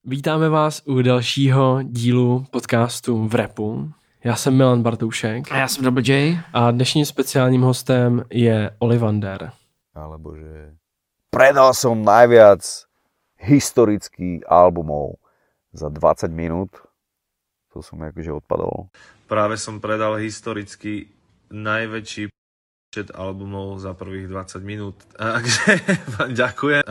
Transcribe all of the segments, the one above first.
Vítáme vás u dalšího dílu podcastu v rapu. Já jsem Milan Bartoušek. A já jsem Double J. A dnešním speciálním hostem je Ollivander. Alebo že predal som najviac historických albumov za 20 minút. To som akože odpadol. Práve som predal historicky najväčší počet albumov za prvých 20 minút. Takže ďakujem.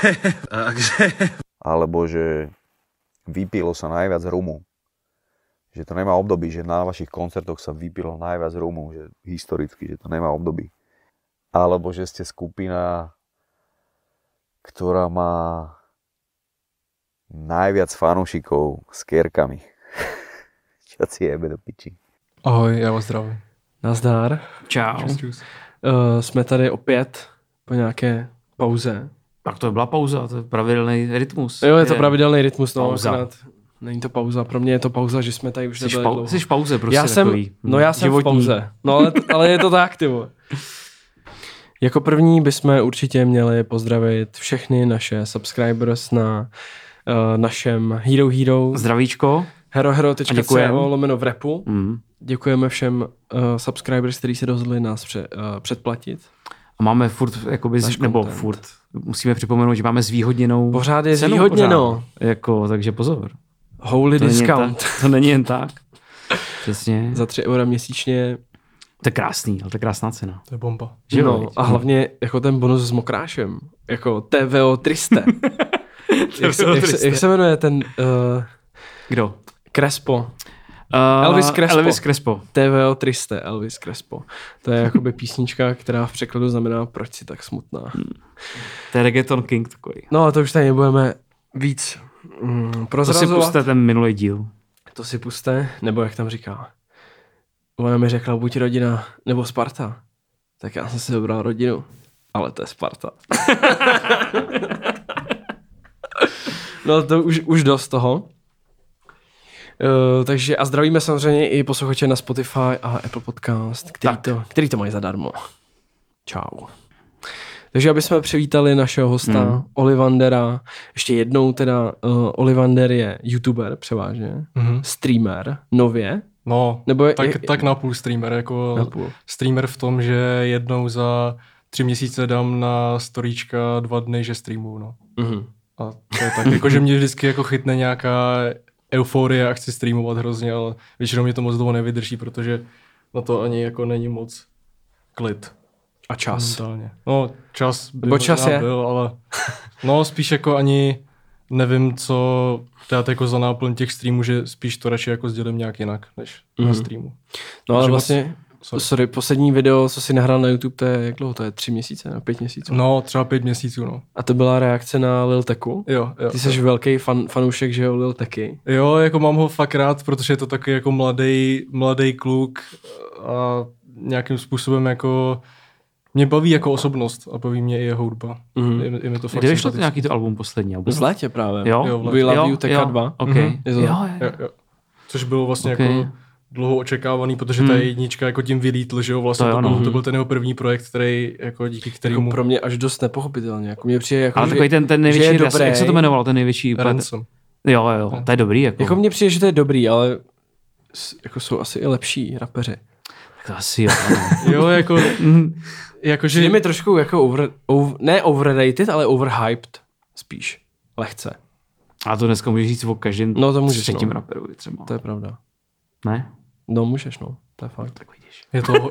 Alebo že vypilo sa najviac rumu. Že to nemá období, že na vašich koncertoch sa vypilo najviac rumu, že historicky, že to nemá období. Alebo že ste skupina, ktorá má najviac fanúšikov s kérkami. Čo si jebe do piči. Ahoj, já vás zdravím. Nazdar. Čau. Jsme tady opět po nějaké pauze. Tak to byla pauza, to je pravidelný rytmus. Jo, je to pravidelný rytmus. No, pauza. akorát není to pauza. Pro mě je to pauza, že jsme tady už nebyli dlouho. Jsi v pauze prostě já jsem, takový. já jsem v pauze. No ale je to tak, ty vole. Jako první bychom určitě měli pozdravit všechny naše subscribers na našem Hero. Zdravíčko. herohero.co v rapu. Děkujeme všem subscribers, kteří se rozhodli nás předplatit. A máme furt, jakoby, nebo furt, musíme připomenout, že máme zvýhodněnou pořád je cenu. Zvýhodněno. Jako, takže pozor. Holy to discount. To není jen tak. Přesně. Za 3 € měsíčně. To je krásný, ale to je krásná cena. To je bomba. Že no, a hlavně jako ten bonus s mokrášem. Jako TVO 300. jak se jmenuje ten... Kdo? Crespo. Elvis Crespo. TVO 300, Elvis Crespo. To je jakoby písnička, která v překladu znamená proč si tak smutná. To je Reggaeton King takový. No a to už tady nebudeme víc prozrazovat. To si puste ten minulý díl. To si puste, nebo jak tam říká. Ona mi řekla buď rodina, nebo Sparta. Tak já jsem si vybral rodinu. Ale to je Sparta. No to už dost toho. Takže a zdravíme samozřejmě i posluchače na Spotify a Apple Podcast, který to mají zadarmo. Čau. Takže aby jsme přivítali našeho hosta Ollivandera, ještě jednou teda Ollivander je youtuber převážně, streamer, nově. No, nebo tak napůl streamer, jako napůl. Streamer v tom, že jednou za 3 měsíce dám na storíčka 2 dny, že streamuju, no. A to je tak, jako že mě vždycky jako chytne nějaká euforie a chci streamovat hrozně, ale většinou mě to moc dlouho nevydrží, protože na to ani jako není moc klid. A čas. Momentálně. No, čas by byl, ale no spíš jako ani nevím, co dát jako za náplň těch streamů, že spíš to radši jako sdělím nějak jinak, než na streamu. No ale vlastně, poslední video, co jsi nahrál na YouTube, to je jak dlouho? To je 3 měsíce, nebo 5 měsíců? No, třeba 5 měsíců, no. A to byla reakce na Lil Teku? Jo. Ty jsi velký fanoušek, že jo, Lil Teky? Jo, jako mám ho fakt rád, protože je to taky jako mladý kluk a nějakým způsobem jako mě baví jako osobnost a baví mě i jeho hudba. Je mi to fakt vyšlo to nějaký to album poslední? Album? V létě právě. Jo? We Love You Teka 2. Okay. Jo. Což bylo vlastně jako dlouho očekávaný, protože ta jednička jako tím vylítl, že jo, vlastně to byl ten jeho první projekt, který jako díky kterému... Jako pro mě až dost nepochopitelně, jako mě přijde jako, ale takový ten největší, jak se to jmenovalo, ten největší... Ransom. Jo, to je dobrý. Jako mně přijde, že to je dobrý, ale jako jsou asi i lepší rapeři. To asi jo. Jo, jakože... Je mi trošku jako ne overrated, ale overhyped spíš. Lehce. A to dneska můžeš říct o každém třetím raperovi třeba. To je pravda. Ne? No můžeš, no. To je fakt. Tak vidíš.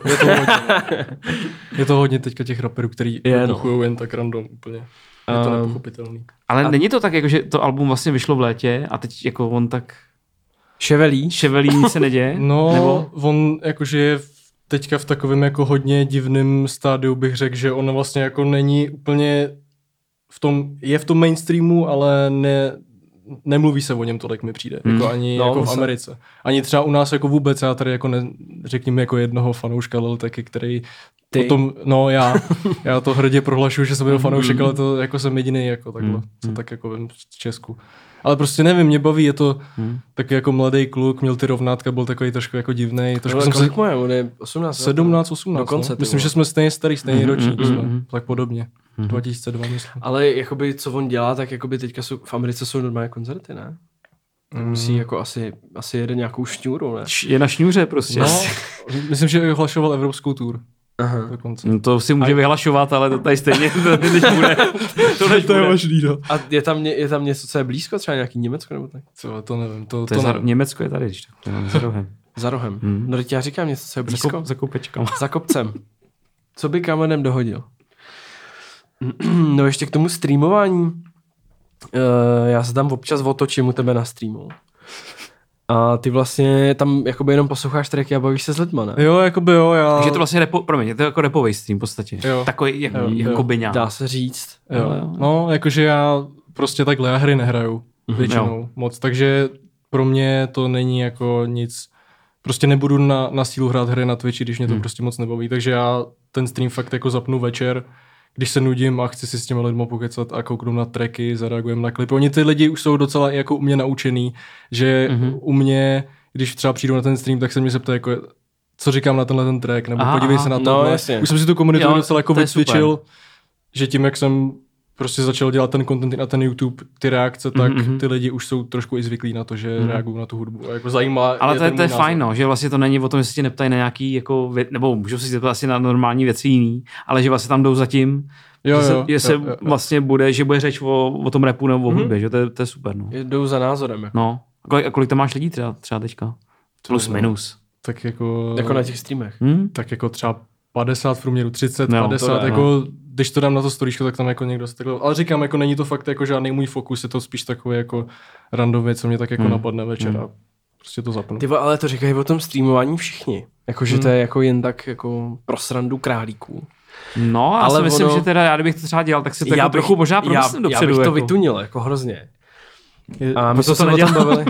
Je to hodně teďka těch raperů, který vybuchujou jen tak random úplně. Je to nepochopitelný. Ale není to tak, jako, že to album vlastně vyšlo v létě a teď jako on tak... Ševelí, nic se neděje? No, nebo? On jakože je teďka v takovém jako hodně divným stádiu bych řekl, že on vlastně jako není úplně je v tom mainstreamu, ale nemluví se o něm tolik, mi přijde, jako ani jako v Americe. Ani třeba u nás jako vůbec, já tady jako řekněme jako jednoho fanouška Lil Teky, který Ty? Potom, no já to hrdě prohlašuju, že jsem byl fanoušek, ale to jako jsem jediný jako takhle, co tak jako vím v Česku. Ale prostě nevím, mě baví, je to taky jako mladý kluk, měl ty rovnátka, byl takový trošku jako divnej. Kolik mu je? On je 18? 17, 18. Dokonce, no. Myslím, že jsme stejně starý, stejný ročník jsme, tak podobně. 2002 myslím. Ale jakoby, co on dělá, tak jakoby teďka v Americe jsou normálně koncerty, ne? Musí jako asi jede nějakou šňůru, ne? Je na šňůře prostě. No, myslím, že vyhlašoval evropskou tour. Aha. No to si může vyhlašovat, ale to tady stejně to bude. To je možný, no. A je tam něco, co je blízko, třeba nějaký Německo nebo tak? Co, to nevím. To nevím. Německo je tady, když tak. Za rohem. Za rohem. No teď já říkám něco, co je blízko. Za koupečkama. Za kopcem. Co by kamenem dohodil? No ještě k tomu streamování. Já se tam občas otočím u tebe na streamu. A ty vlastně tam jakoby jenom posloucháš tracky a bavíš se s lidma, ne? Jo, jakoby jo, já... Takže je to vlastně je to jako rapový stream v podstatě. Jo. Takový jakoby nějak. Dá se říct. Jo. No, jakože já prostě takhle, já hry nehraju většinou moc, takže pro mě to není jako nic, prostě nebudu na sílu hrát hry na Twitchi, když mě to prostě moc nebaví, takže já ten stream fakt jako zapnu večer, když se nudím a chci si s těmi lidmi pokecat a kouknu na tracky, zareagujem na klipy. Oni ty lidi už jsou docela jako u mě naučený, že u mě, když třeba přijdu na ten stream, tak se mě zeptají, jako, co říkám na tenhle ten track, nebo podívej se na to. No, už jsem si tu komunitu docela jako vycvičil, že tím, jak jsem prostě začal dělat ten content na ten YouTube, ty reakce, tak ty lidi už jsou trošku i zvyklí na to, že reagují na tu hudbu. A jako zajímá. Ale to je fajn, no, že vlastně to není o tom, jestli tě neptají na nějaký, jako, nebo můžou si zeptat asi na normální věci jiný, ale že vlastně tam jdou zatím, že se vlastně bude, že bude řeč o tom rapu nebo o hudbě, že to je super. No. Jdou za názorem. Jako. No. A kolik tam máš lidí třeba teďka? Plus minus. Tak jako na těch streamech. Tak jako třeba 50 v průměru, 30, 50, jako když to dám na to storíčko, tak tam jako někdo se takhle, ale říkám, jako není to fakt jako žádný můj fokus, je to spíš takový jako random věc, co mě tak jako napadne večer a prostě to zapnu. Tyvo, ale to říkají o tom streamování všichni, jakože to je jako jen tak jako pro srandu králíků. No, ale si myslím, že teda já kdybych to třeba dělal, tak se to jako trochu možná promyslím dopředu. Já bych to jako vytunil, jako hrozně. A my jsme se o tom bavili.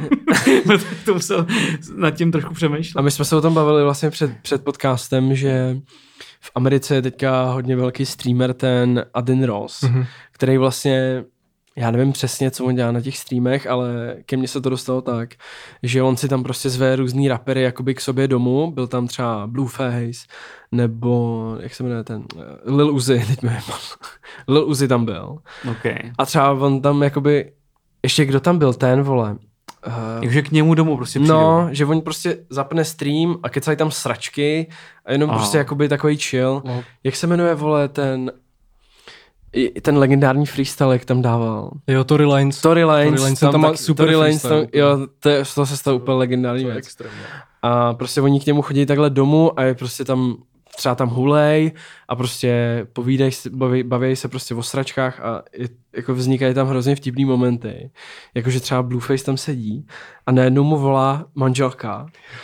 To musel nad tím trošku přemýšlet. A my jsme se o tom bavili vlastně před podcastem, že v Americe je teďka hodně velký streamer ten Adin Ross, který vlastně, já nevím přesně, co on dělá na těch streamech, ale ke mně se to dostalo tak, že on si tam prostě zve různý rapery jakoby k sobě domů, byl tam třeba Blueface, nebo, jak se jmenuje ten, Lil Uzi, teď mi vypadl. Lil Uzi tam byl. Okay. A třeba on tam jakoby, ještě kdo tam byl, ten, vole. Takže k němu domů prostě přijdou. No, že on prostě zapne stream a kecají tam sračky a jenom prostě jakoby takový chill. No. Jak se jmenuje, vole, ten legendární freestyle, jak tam dával? Jo, Tory Lanez tam má super freestyle. Jo, to se stalo úplně legendární věc. Extrémně. A prostě oni k němu chodí takhle domů a je prostě tam třeba tam hulej a prostě baví se prostě o sračkách a jako vznikají tam hrozně vtipný momenty. Jakože třeba Blueface tam sedí a najednou mu volá manželka,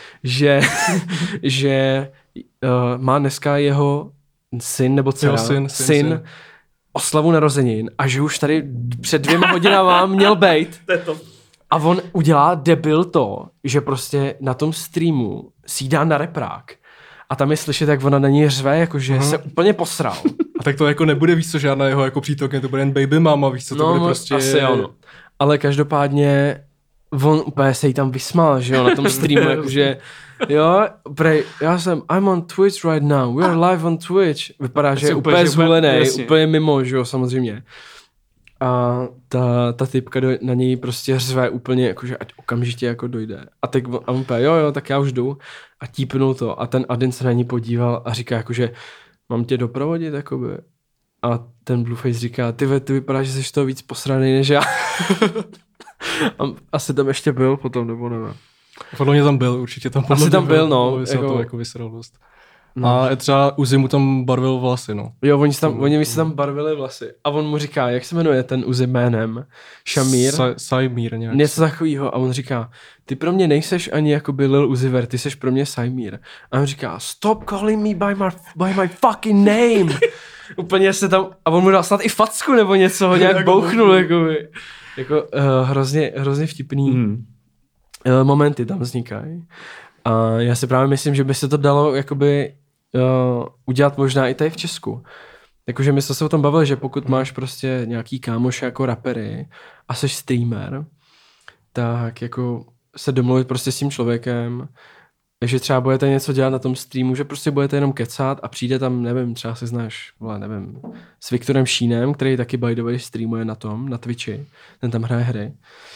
že má dneska jeho syn nebo dcera, syn oslavu narozenin a že už tady před 2 hodinama měl bejt. A on udělá debil to, že prostě na tom streamu si dá na reprák. A tam je slyšet, jak ona na něj řve, jakože se úplně posral. A tak to jako nebude, víc co, žádná jeho jako přítelkyně, to bude jen baby mama, víš co, to bude prostě... Asi ano. Ale každopádně on úplně se jí tam vysmál, že jo, na tom streamu, jakože jo, I'm on Twitch right now, we are live on Twitch. Vypadá, že je úplně zhulený, úplně mimo, že jo, samozřejmě. A ta typka na něj prostě řve úplně, jakože ať okamžitě jako dojde. A teď on úplně, jo, tak já už jdu. A típnul to. A ten Adin se na ní podíval a říká, jakože mám tě doprovodit, jakoby. A ten Blueface říká, ty vypadáš, že jsi toho víc posraný než já. Asi tam ještě byl potom, nebo nevím. Podle mě tam byl, určitě tam. Asi tam byl, no. Jako vysral dost. No. A třeba Uzi mu tam barvil vlasy, no. Jo, oni se tam barvili vlasy. A on mu říká, jak se jmenuje ten Uzi jménem? Šamír? Saimír nějak. Něco takovýho. A on říká, ty pro mě nejseš ani jakoby Lil Uzi Vert, ty seš pro mě Saimír. A on říká, stop calling me by my fucking name. Úplně se tam, a on mu dal snad i facku nebo něco, ho nějak bouchnul, jakoby. Jako hrozně vtipný momenty tam vznikají. A já si právě myslím, že by se to dalo jakoby udělat možná i tady v Česku. Jakože my jsme se o tom bavili, že pokud máš prostě nějaký kámoše jako rapery a jsi streamer, tak jako se domluvit prostě s tím člověkem, že třeba budete něco dělat na tom streamu, že prostě budete jenom kecat a přijde tam, nevím, třeba se znáš, nevím, s Viktorem Šínem, který taky by the way streamuje na Twitchi, ten tam hraje hry.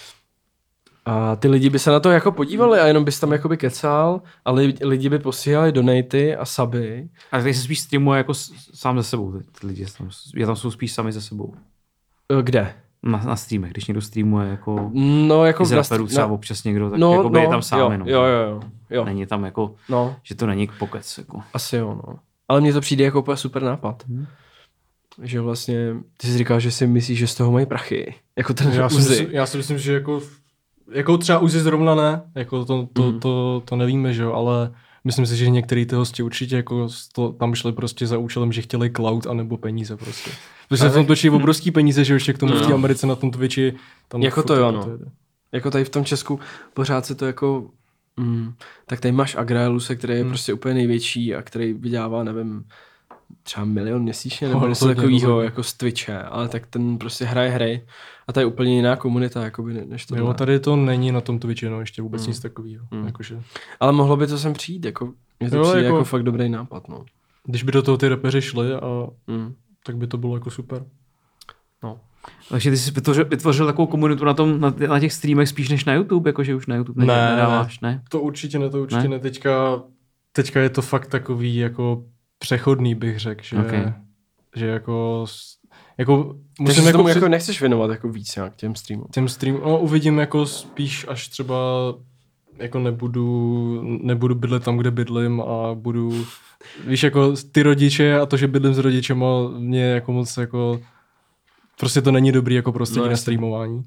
A ty lidi by se na to jako podívali a jenom bys tam jakoby kecal a lidi by posílali donaty a suby. A tady se spíš streamuje jako sám ze sebou, ty lidi tam jsou spíš sami ze sebou. Kde? Na streamech, když někdo streamuje jako, jako z raperů třeba občas někdo, tak jako je tam sám jenom. Jo. Není tam jako, že to není pokec. Jako. Asi jo, no. Ale mně to přijde jako úplně super nápad. Že vlastně, ty jsi říkal, že si myslíš, že z toho mají prachy. Jako ten já si myslím, že jako třeba Uzi zrovna ne, jako to nevíme, že jo, ale myslím si, že některý ty hosti určitě jako tam šli prostě za účelem, že chtěli cloud anebo peníze prostě. Protože se tam točí obrovský peníze, že ještě k tomu v té Americe na tom Twitchi. Tam jako to jo, no. Jako tady v tom Česku pořád se to jako tak tady máš Agraeluse, který je prostě úplně největší a který vydělává, nevím, třeba 1 milion měsíčně nebo něco takového jako z Twitche, ale tak ten prostě hraje hry a to je úplně jiná komunita, jakoby, než to. Jo, tady to není na tom Twitchi, no, ještě vůbec nic takového. Jakože. Ale mohlo by to sem přijít, jako, mě to přijde jako fakt dobrý nápad, no. Když by do toho ty rapeři šli, tak by to bylo jako super. No. Takže ty jsi vytvořil takovou komunitu na těch streamech spíš než na YouTube, jakože už na YouTube nedáváš, ne? To určitě ne. Teďka je to fakt takový jako přechodný, bych řekl, že jako musím jako, jako nechceš věnovat jako víc nějak těm streamům. No, uvidím jako spíš, až třeba jako nebudu bydlet tam, kde bydlím a budu, víš, jako ty rodiče a to, že bydlím s rodičema, mě jako moc jako prostě to není dobrý jako prostředí na streamování.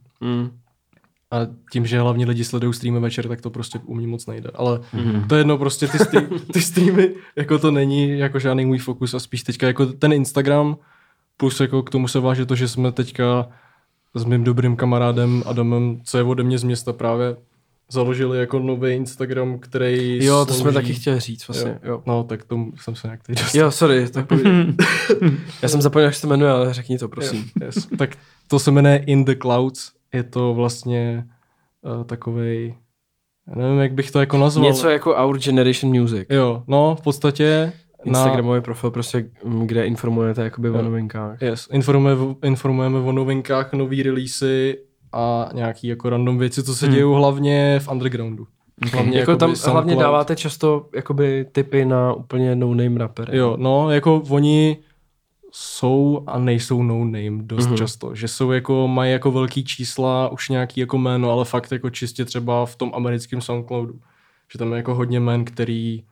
A tím, že hlavně lidi sledují streamy večer, tak to prostě u mě moc nejde. Ale to je jedno, prostě ty streamy, jako to není jako žádný můj fokus a spíš teďka jako ten Instagram, plus jako k tomu se váže to, že jsme teďka s mým dobrým kamarádem Adamem, co je ode mě z města, právě založili jako nový Instagram, který Jo, to jsme taky chtěli říct vlastně. Jo. No, tak tomu jsem se nějak teď dostal. Jo, sorry. Já jsem zapomněl, jak se to jmenuje, ale řekni to, prosím. Yes. Tak to se jmenuje In the Clouds. Je to vlastně takovej, já nevím, jak bych to jako nazval. Něco jako Our Generation Music. Jo, no, v podstatě Instagramový profil, prostě, kde informujete jakoby o novinkách. Yes, informujeme o novinkách, nový releasy a nějaký jako random věci, co se dějou hlavně v undergroundu. Hlavně jako tam hlavně dáváte často jakoby tipy na úplně no-name rapery. Jo, no, jako oni jsou a nejsou no-name dost často, že jsou jako, mají jako velký čísla, už nějaký jako jméno, ale fakt jako čistě třeba v tom americkém SoundCloudu. Že tam je jako hodně jmén, který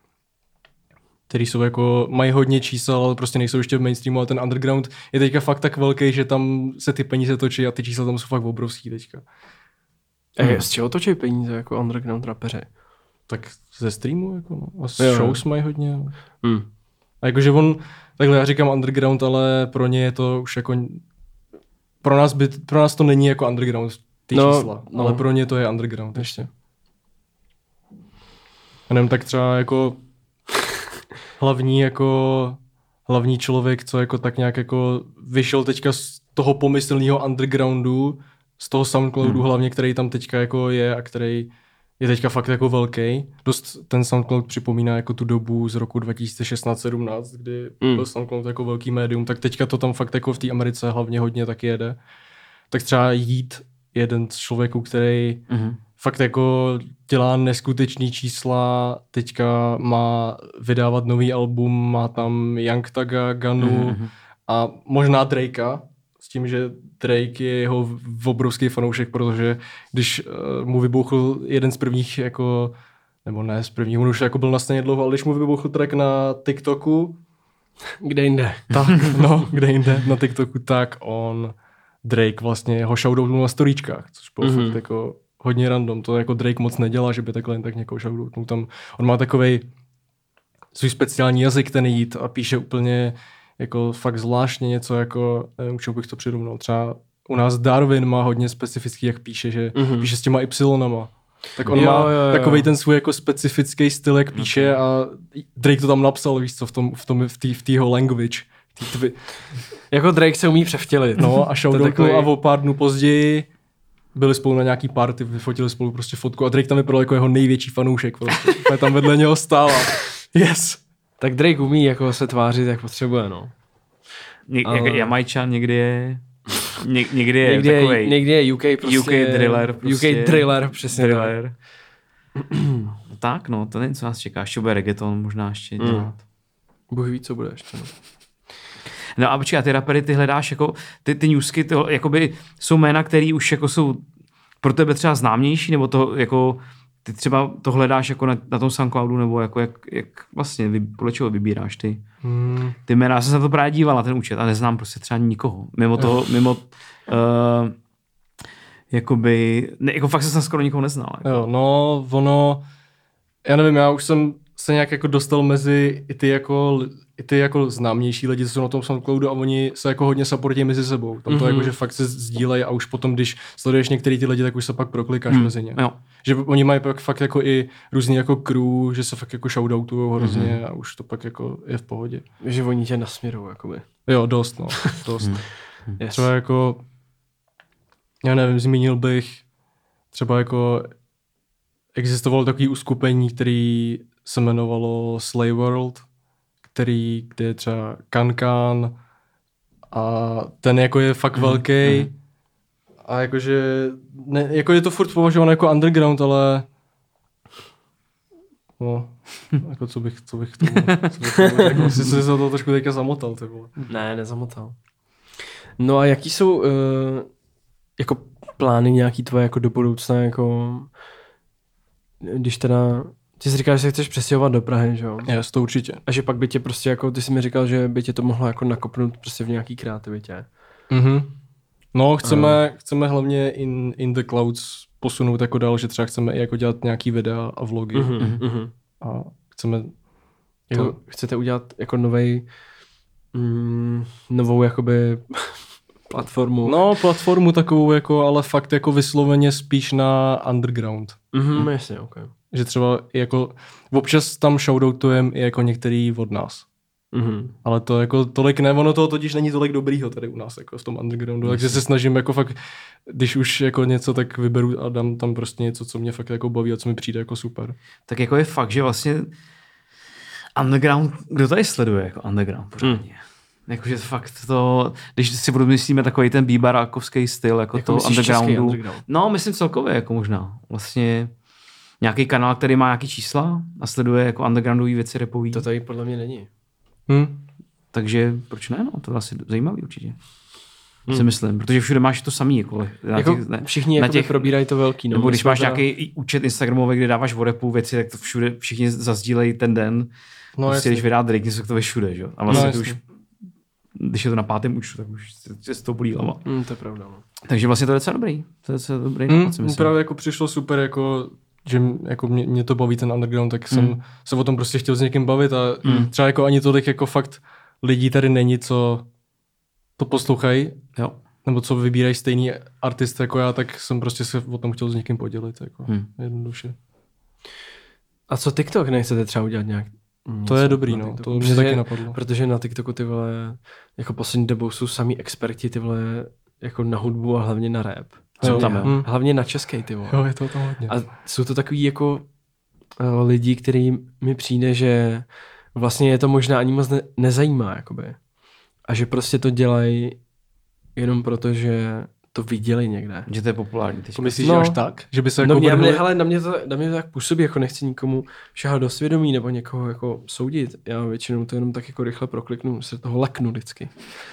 jsou jako, mají hodně čísel, ale prostě nejsou ještě v mainstreamu, ale ten underground je teďka fakt tak velký, že tam se ty peníze točí a ty čísla tam jsou fakt obrovský teďka. Z čeho točí peníze jako underground rapeři? Tak ze streamu, jako no. A shows mají hodně. A jakože takhle já říkám underground, ale pro ně je to už jako, pro nás to není jako underground, ty čísla, ale pro ně to je underground ještě. Já nevím, tak třeba jako hlavní člověk, co jako tak nějak jako vyšel teďka z toho pomyslného undergroundu, z toho SoundCloudu hlavně, který tam teďka jako je a který je teďka fakt jako velký. Dost ten SoundCloud připomíná jako tu dobu z roku 2016-17, kdy byl SoundCloud jako velký médium, tak teďka to tam fakt jako v té Americe hlavně hodně taky jede. Tak třeba Yeat, jeden z člověků, který fakt jako dělá neskutečný čísla, teďka má vydávat nový album, má tam Young Thuga, Gunu a možná Drakea, s tím, že Drake je jeho obrovský fanoušek, protože když mu vybuchl jeden z prvních jako, nebo ne z prvních, on už jako byl na scéně dlouho, ale když mu vybuchl track na TikToku, kde jinde? Tak, kde jinde na TikToku, tak Drake vlastně ho shoutoutnul na storíčkách, což bylo fakt jako hodně random. To jako Drake moc nedělá, že by takhle jen tak někoho shoutoutnul. Tam on má takovej svůj speciální jazyk, ten Yeat, a píše úplně jako fakt zvláštně něco jako, nevím, k čemu bych to přirovnal. Třeba u nás Darwin má hodně specifický, jak píše, že píše s těma Y-nama. Tak on má takovej ten svůj jako specifický styl, jak píše a takovej ten svůj jako specifický styl, jak píše a Drake to tam napsal, víš co, v té language. Jako Drake se umí převtělit. No a shoutoutnul a o pár dnů později byli spolu na nějaký party, vyfotili spolu prostě fotku a Drake tam vypadal jako jeho největší fanoušek. Prostě. Tam vedle něho stál. Yes. Tak Drake umí jako se tvářit, jak potřebuje, no. Jamajčan někdy je... Někdy je takovej... Někdy je UK prostě... UK driller. Prostě, UK driller, přesně. Driller. Tak no, to není, co nás čeká. Ještě bude reggaeton možná ještě dělat. Bůh ví, co bude ještě, no. No a počkej, a ty rapery ty hledáš jako, ty newsky, to jakoby jsou jména, které už jako jsou pro tebe třeba známější, nebo to jako, ty třeba to hledáš jako na tom SoundCloudu, nebo jako jak vlastně, podle čeho vybíráš ty jména. Já jsem se na to právě díval na ten účet a neznám prostě třeba nikoho. Jakoby, ne, jako fakt jsem skoro nikoho neznal. Jako. Jo, no, ono, já nevím, já už jsem se nějak jako dostal mezi i ty jako známější lidi, co jsou na tom SoundCloudu a oni se jako hodně supportí mezi sebou. Tam to jako, že fakt se sdílejí a už potom, když sleduješ některý ty lidi, tak už se pak proklikáš mezi ně. Jo. Že oni mají pak fakt jako i různý jako crew, že se fakt jako shoutoutujou hrozně a už to pak jako je v pohodě. Že oni tě nasměrujou, jakoby. Jo, dost, no. Dost. Třeba jako, já nevím, zmínil bych třeba jako existovalo takový uskupení, který se jmenovalo Slay World, kde je třeba Kankan a ten jako je fakt velký a jakože jako je to furt považováno jako underground, ale no, jako co bych k tomu řekl, asi se to trošku teďka zamotal, ty vole. Ne, nezamotal. No a jaký jsou jako plány nějaký tvoje jako do budoucna, jako když teda ty jsi říkal, že se chceš přestěhovat do Prahy, že jo? Yes, to určitě. A že pak by tě prostě jako, ty jsi mi říkal, že by tě to mohlo jako nakopnout prostě v nějaký kreativitě. No, chceme hlavně in the clouds posunout jako dál, že třeba chceme i jako dělat nějaký videa a vlogy. A chceme chcete udělat jako novou jakoby platformu. No, platformu takovou jako, ale fakt jako vysloveně spíš na underground. Jasně, okay. Že třeba jako občas tam shoutoutujeme i jako některý od nás. Ale to jako tolik ne, ono toho totiž není tolik dobrýho tady u nás jako v tom undergroundu, takže se snažím jako fakt, když už jako něco, tak vyberu a dám tam prostě něco, co mě fakt jako baví a co mi přijde jako super. Tak jako je fakt, že vlastně underground, kdo tady sleduje jako underground pořádně? Jakože fakt to, když si myslíme takový ten bíbarákovský styl, jako to undergroundu. No, myslím celkově jako možná. Vlastně nějaký kanál, který má nějaký čísla a sleduje jako undergroundový věci rapový. To tady podle mě není. Takže proč ne? No, to je asi zajímavý určitě. Si myslím, protože všude máš to samý. Jako všichni jako probírají to velký. No, nebo když máš nějaký účet Instagramový, kde dáváš o rapu věci, tak to všude všichni zazdílejí ten den. No, prostě když vydá Drake, něco to ve všude, že? A vlastně to už, když je to na 5. účtu, tak už se z toho bolí hlava. To je pravda. No. Takže vlastně to je docela dobrý. To je docela dobrý nápad, si myslím. Právě jako přišlo super, jako že jako mě to baví ten underground, tak jsem se o tom prostě chtěl s někým bavit a třeba jako ani tolik jako fakt lidí tady není, co to poslouchají, nebo co vybírají stejný artist jako já, tak jsem prostě se o tom chtěl s někým podělit, jako jednoduše. A co TikTok, nechcete třeba udělat nějak? To je dobrý, no, to mě taky napadlo. Protože na TikToku ty vole, jako poslední dobou jsou samý experti ty vole, jako na hudbu a hlavně na rap. Hlavně na český, ty vole. Jo, je to tam hodně. A jsou to takový jako lidi, který mi přijde, že vlastně je to možná ani moc nezajímá, jakoby. A že prostě to dělají jenom proto, že to viděli někde. Že to je populární. Myslíš, že až tak? Že by se jako na mě to tak působí, jako nechci nikomu šahat do svědomí nebo někoho jako soudit. Já většinou to jenom tak jako rychle prokliknu, se toho leknu vždycky.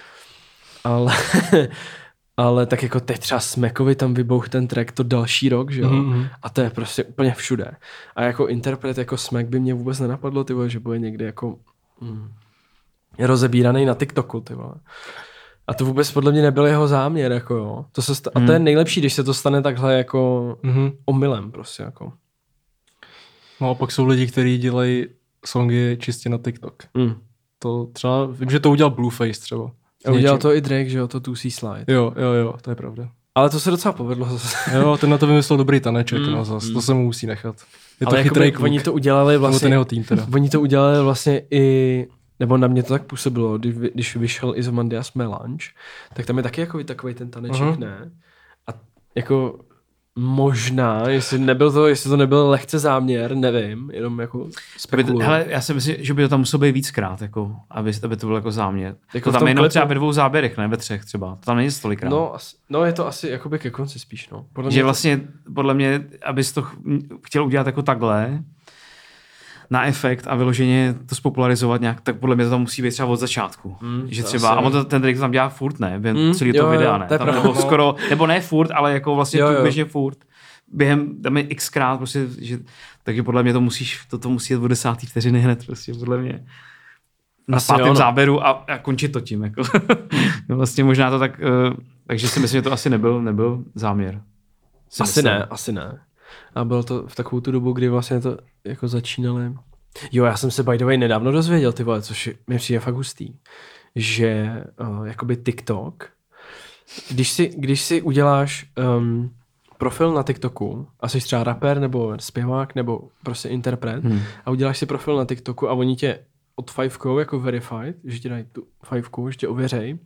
Ale tak jako teď třeba Smekovi tam vybouch ten track to další rok, že jo? A to je prostě úplně všude. A jako interpret jako Smek by mě vůbec nenapadlo, ty vole, že bude někde jako rozebíraný na TikToku, ty vole. A to vůbec podle mě nebyl jeho záměr, jako jo. A to je nejlepší, když se to stane takhle jako omylem prostě, jako. No a pak jsou lidi, kteří dělají songy čistě na TikTok. To třeba, vím, že to udělal Blueface třeba. A udělal to i Drake, že jo, to 2C Slide. Jo, to je pravda. Ale to se docela povedlo zase. Jo, ten na to vymyslel dobrý taneček, no zase, to se mu musí nechat. Je to chytrý kluk. Oni to udělali vlastně, ten jeho tým teda. Oni to udělali vlastně i, nebo na mě to tak působilo, když vyšel Izomandias Melange, tak tam je taky jako takový ten taneček, ne? A jako možná, jestli to nebyl lehce záměr, nevím, jenom jako spekuluju. Hele, já si myslím, že by to tam muselo být víckrát, jako, aby to byl jako záměr. Jako to tam je jenom třeba ve 2 záběrech, ne ve 3 třeba. To tam není stolikrát. No je to asi jakoby ke konci spíš, no. Podle mě, abys to chtěl udělat jako takhle, na efekt a vyloženě to spopularizovat nějak, tak podle mě to tam musí být třeba od začátku. Že třeba, a on ten trik to tam dělá furt, ne? Během celý to videa, ne? Tam, nebo skoro, nebo ne furt, ale jako vlastně běžně furt. Během, tam je xkrát prostě, že, takže podle mě to musí jít od 10. vteřiny hned, prostě, podle mě. Na 5. záběru a končit to tím, jako. Vlastně možná to tak, takže si myslím, že to asi nebyl záměr. Asi ne. A bylo to v takovou tu dobu, kdy vlastně to jako začínali. Jo, já jsem se by the way nedávno dozvěděl, ty vole, což mi přijde fakt hustý, že jakoby TikTok, když si uděláš profil na TikToku a jsi třeba rapper nebo zpěvák nebo prostě interpret a uděláš si profil na TikToku a oni tě od 5 jako verified, že ti dají tu 5, že tě ověřej.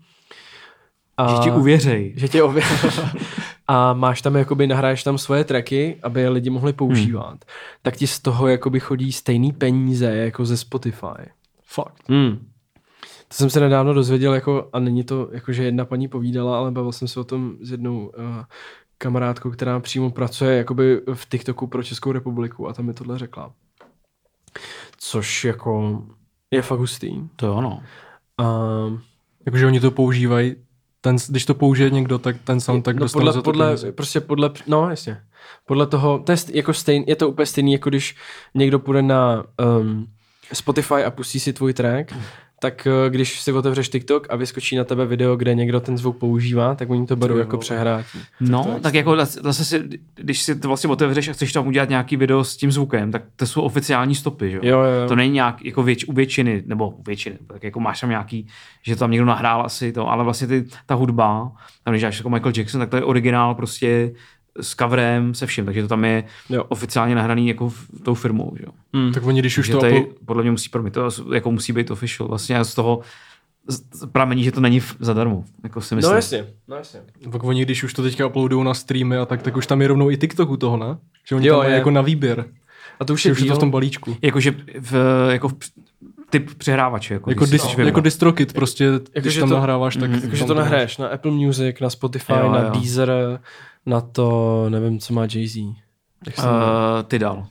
Že tě ověřej. A máš tam, jakoby nahraješ tam svoje tracky, aby je lidi mohli používat. Tak ti z toho jakoby chodí stejný peníze jako ze Spotify. Fakt. To jsem se nedávno dozvěděl, jako, a není to, jako, že jedna paní povídala, ale bavil jsem se o tom s jednou kamarádkou, která přímo pracuje jakoby v TikToku pro Českou republiku a tam mi tohle řekla. Což jako je fakt hustý. To je ono. Jakože oni to používají, když to použije někdo, tak ten sám tak dostane za to peníze. No jasně. Podle toho, to je, jako je to úplně stejný, jako když někdo půjde na Spotify a pustí si tvůj track, tak když si otevřeš TikTok a vyskočí na tebe video, kde někdo ten zvuk používá, tak oni to berou jako přehrátí. No, tak jako zase si, když si to vlastně otevřeš a chceš tam udělat nějaký video s tím zvukem, tak to jsou oficiální stopy, že jo? Jo. To není nějak jako u většiny, tak jako máš tam nějaký, že tam někdo nahrál asi to, ale vlastně ta hudba, tam když dáš jako Michael Jackson, tak to je originál prostě s coverem, se vším, takže to tam je oficiálně nahraný jako tou firmou, že jo. Tak oni, když už to podle mě musí, to jako musí být official, vlastně z toho pramení, že to není zadarmo, jako si myslím. No jasně. Tak oni, když už to teďka uploadují na streamy a tak už tam je rovnou i TikToku toho, ne? Že oni tam mají jako na výběr. A to už je to v tom balíčku. Jakože typ přehrávače. Jako DistroKid prostě, když tam nahráváš, tak... Jakože to nahraješ na Apple Music, na Spotify, na Deezer, na to, nevím, co má Jay-Z. Ty dal.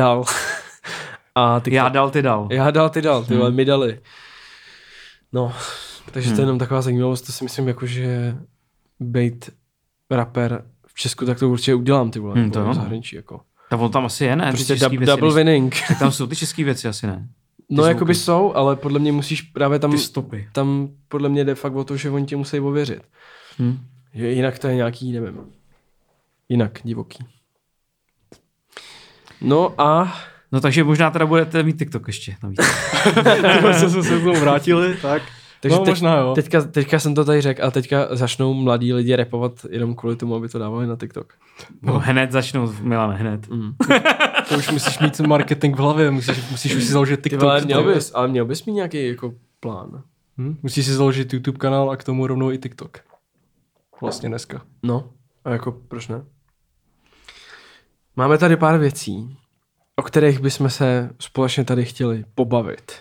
A Já dal, ty dal, ty vole, mi dali. No, takže to je jenom taková zajímavost, to si myslím, jakože bejt rapper v Česku, tak to určitě udělám, ty vole, to v zahraničí, jako. Tak on tam asi je, ne? Prostě double winning. Tak tam jsou ty české věci, asi ne? No, jakoby jsou, ale podle mě musíš právě tam... Ty stopy. Tam podle mě jde fakt o to, že oni tě musí ověřit. Jinak to je nějaký, nevím, jinak divoký. No takže možná teda budete mít TikTok ještě navíc. Jsme se k tomu vrátili, tak... Takže no, možná jo. Teďka jsem to tady řekl a teďka začnou mladí lidi rapovat jenom kvůli tomu, aby to dávali na TikTok. No hned začnou, Milane, hned. To už musíš mít marketing v hlavě, musíš už si založit TikTok. Ale měl bys mít nějaký jako plán. Musíš si založit YouTube kanál a k tomu rovnou i TikTok. Vlastně dneska. No, a jako proč ne? Máme tady pár věcí, o kterých bychom se společně tady chtěli pobavit.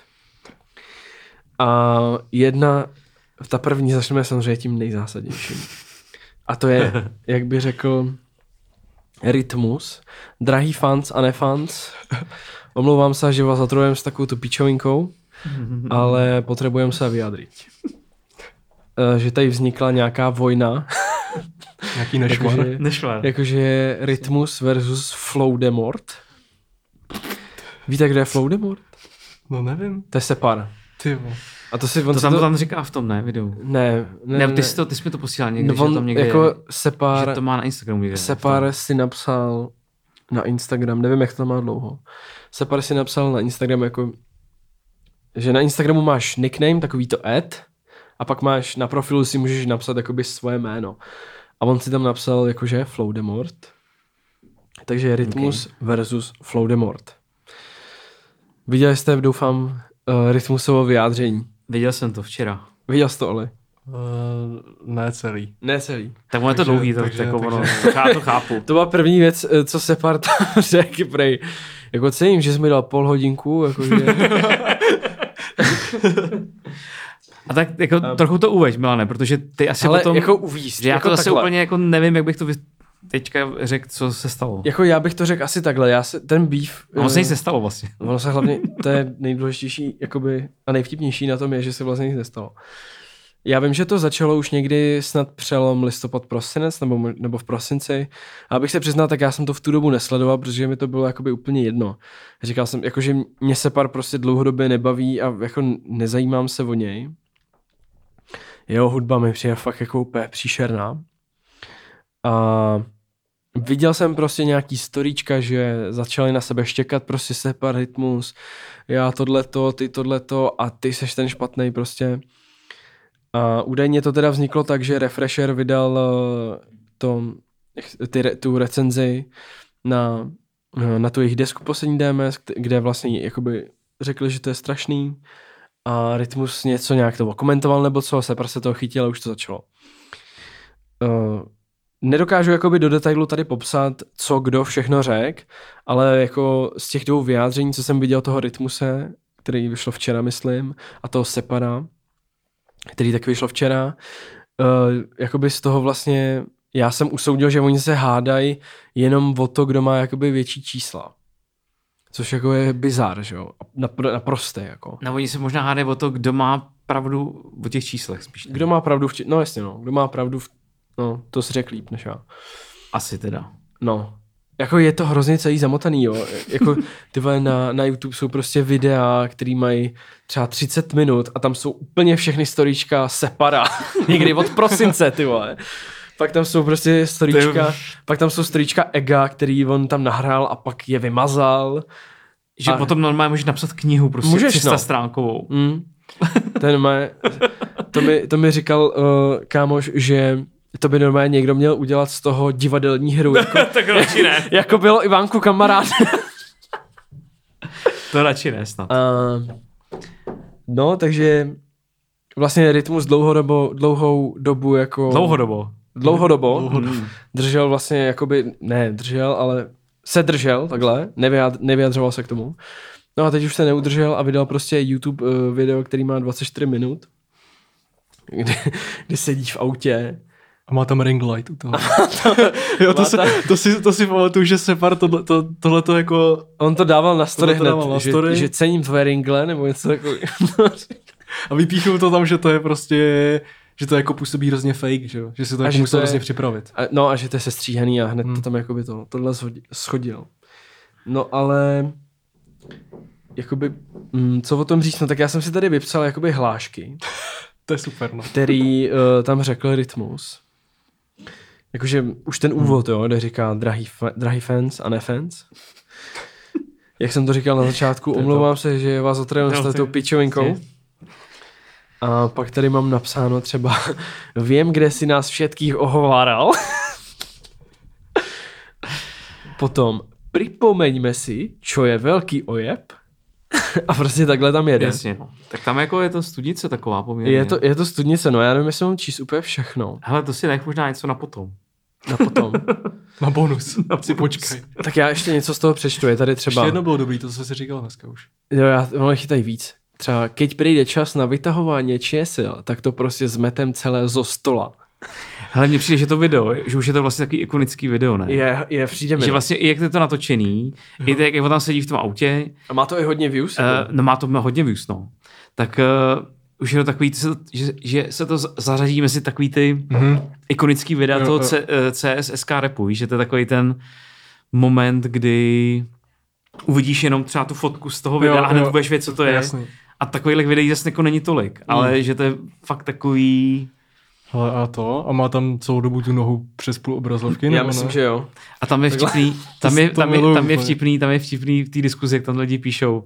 A ta první začneme samozřejmě tím nejzásadnějším. A to je, jak by řekl Rytmus. Drahý fans a nefans, omlouvám se, že vás zatrujem s takovou tu pičovinkou, ale potřebujeme se vyjádřit. Že tady vznikla nějaká vojna. Nějaký nešvar. Jakože Rytmus versus Floudemort. Víte, kde je Floudemort? No nevím. To je Separ. A to tam říká v tom, ne, videu. Ne, ty jsi mi to posílal někde, no, že tam někde jako je, Separ, že to má na Instagramu někde. Separ si napsal na Instagram, nevím, jak to má dlouho. Separ si napsal na Instagram jako, že na Instagramu máš nickname, takový to ad, a pak máš na profilu si můžeš napsat jakoby svoje jméno. A on si tam napsal jakože Flow de Mort. Takže Rytmus versus Flow de Mort. Viděli jste, doufám, Rytmusovo vyjádření. Viděl jsem to včera. Viděl jsi to, Oli? Ne celý. Ne celý. Tak ono je to dlouhý, takže já to chápu. To byla první věc, co Separ tam řekl, prej. Jako cením, že jsi mi dal půl hodinku, jakože... A tak jako trochu to uveď, Milane, protože ty asi ale potom... jako uvíct. Já jako to asi takhle. úplně jako nevím, jak bych to teďka řekl, co se stalo. Jako já bych to řekl asi takhle, ten beef... Ono se nic nestalo vlastně. Ono se hlavně, to je nejdůležitější jakoby, a nejvtipnější na tom je, že se vlastně nic nestalo. Já vím, že to začalo už někdy snad přelom listopad-prosinec nebo v prosinci. A abych se přiznal, tak já jsem to v tu dobu nesledoval, protože mi to bylo jakoby úplně jedno. Říkal jsem, jakože mě Separ prostě dlouhodobě nebaví a jako nezajímám se o něj. Jeho hudba mi přijde fakt jako úplně příšerná. A viděl jsem prostě nějaký storíčka, že začali na sebe štěkat prostě Separ, Rytmus, já tohleto, ty tohleto a ty seš ten špatnej prostě. A údajně to teda vzniklo tak, že Refresher vydal tu recenzi na tu jejich desku poslední DMS, kde vlastně jakoby řekli, že to je strašný a Rytmus něco nějak to komentoval nebo co, Separ se toho chytil a už to začalo. Nedokážu jakoby do detailu tady popsat, co kdo všechno řekl, ale jako z těch dvou vyjádření, co jsem viděl toho Rytmuse, který vyšlo včera, myslím, a toho Separa, který tak vyšlo včera, jakoby z toho vlastně já jsem usoudil, že oni se hádají jenom o to, kdo má jakoby větší čísla. Což jako je bizár, že jo? Naprosté jako. No oni se možná hádají o to, kdo má pravdu o těch číslech spíš. Kdo má pravdu no jasně no, kdo má pravdu no, to si řekl líp než já. Asi teda. No. Jako je to hrozně celý zamotaný, jo. Jako ty vole na YouTube jsou prostě videa, který mají třeba 30 minut a tam jsou úplně všechny storíčka Separa. Někdy od prosince, ty vole. Pak tam jsou prostě storíčka Ega, který on tam nahrál a pak je vymazal. Že potom normálně můžeš napsat knihu, prostě můžeš, 300 stránkovou. To mi říkal kámoš, že to by normálně někdo měl udělat z toho divadelní hru. Jako, tak radši ne. Jako bylo Ivánku kamarád. To radši ne snad. No, takže vlastně Rytmus dlouhou dobu jako... Dlouhodobo. Držel vlastně jakoby, ne držel, ale se držel takhle, nevyjadřoval se k tomu. No a teď už se neudržel a vydal prostě YouTube video, který má 24 minut, kdy sedí v autě. A má tam ring light u toho. Jo, to si pamatuju, že Separ tohleto jako... On to dával na story hned, že cením tvoje ringle, nebo něco takového. A vypíchnu to tam, že to je prostě... Že to jako působí hrozně fake, že jo? Že si to jako musel hrozně připravit. No a že to je sestříhaný a hned to tam jakoby tohle schodil. No ale... Jakoby... co o tom říct? No tak já jsem si tady vypsal jakoby hlášky. To je super, no. Který tam řekl Rytmus. Jakože už ten úvod, jo, kde říká drahý fans a nefans. Jak jsem to říkal na začátku, omlouvám se, že vás otrávím s tou pičovinkou. A pak tady mám napsáno třeba vím, kde si nás všetkých ohováral. Potom připomeňme si, čo je velký ojeb. A prostě takhle tam jede. Jasně, no. Tak tam jako je to studnice taková poměrně. Je to studnice, no já nevím, jestli mám číst úplně všechno. Hele, to si nech možná něco na potom. Na bonus. Si počkej. Tak já ještě něco z toho přečtu, je tady třeba... Ještě jedno bylo dobrý, to co jsi říkal dneska už. Jo, ono chytají víc. Třeba, keď přijde čas na vytahování čísel, tak to prostě zmetem celé zo stola. Hele, mně přijde, že to video, že už je to vlastně takový ikonický video, ne? Přijde mi. Že vlastně i jak je to natočený, i tak, jak tam sedí v tom autě. A má to i hodně views? No má to hodně views, no. Tak už je to takový, že se to zařadí mezi takový ty ikonický videa toho CSSK rapu, víš, že to je takový ten moment, kdy uvidíš jenom třeba tu fotku z toho videa a hned budeš vědět, co to je. Jasný. A takovýchhle videí zase jako není tolik, ale že to je fakt takový... Hele, a má tam celou dobu tu nohu přes půl obrazovky? Já myslím, že jo. A tam je vtipný, tam je vtipný v té diskuzi, jak tam lidi píšou,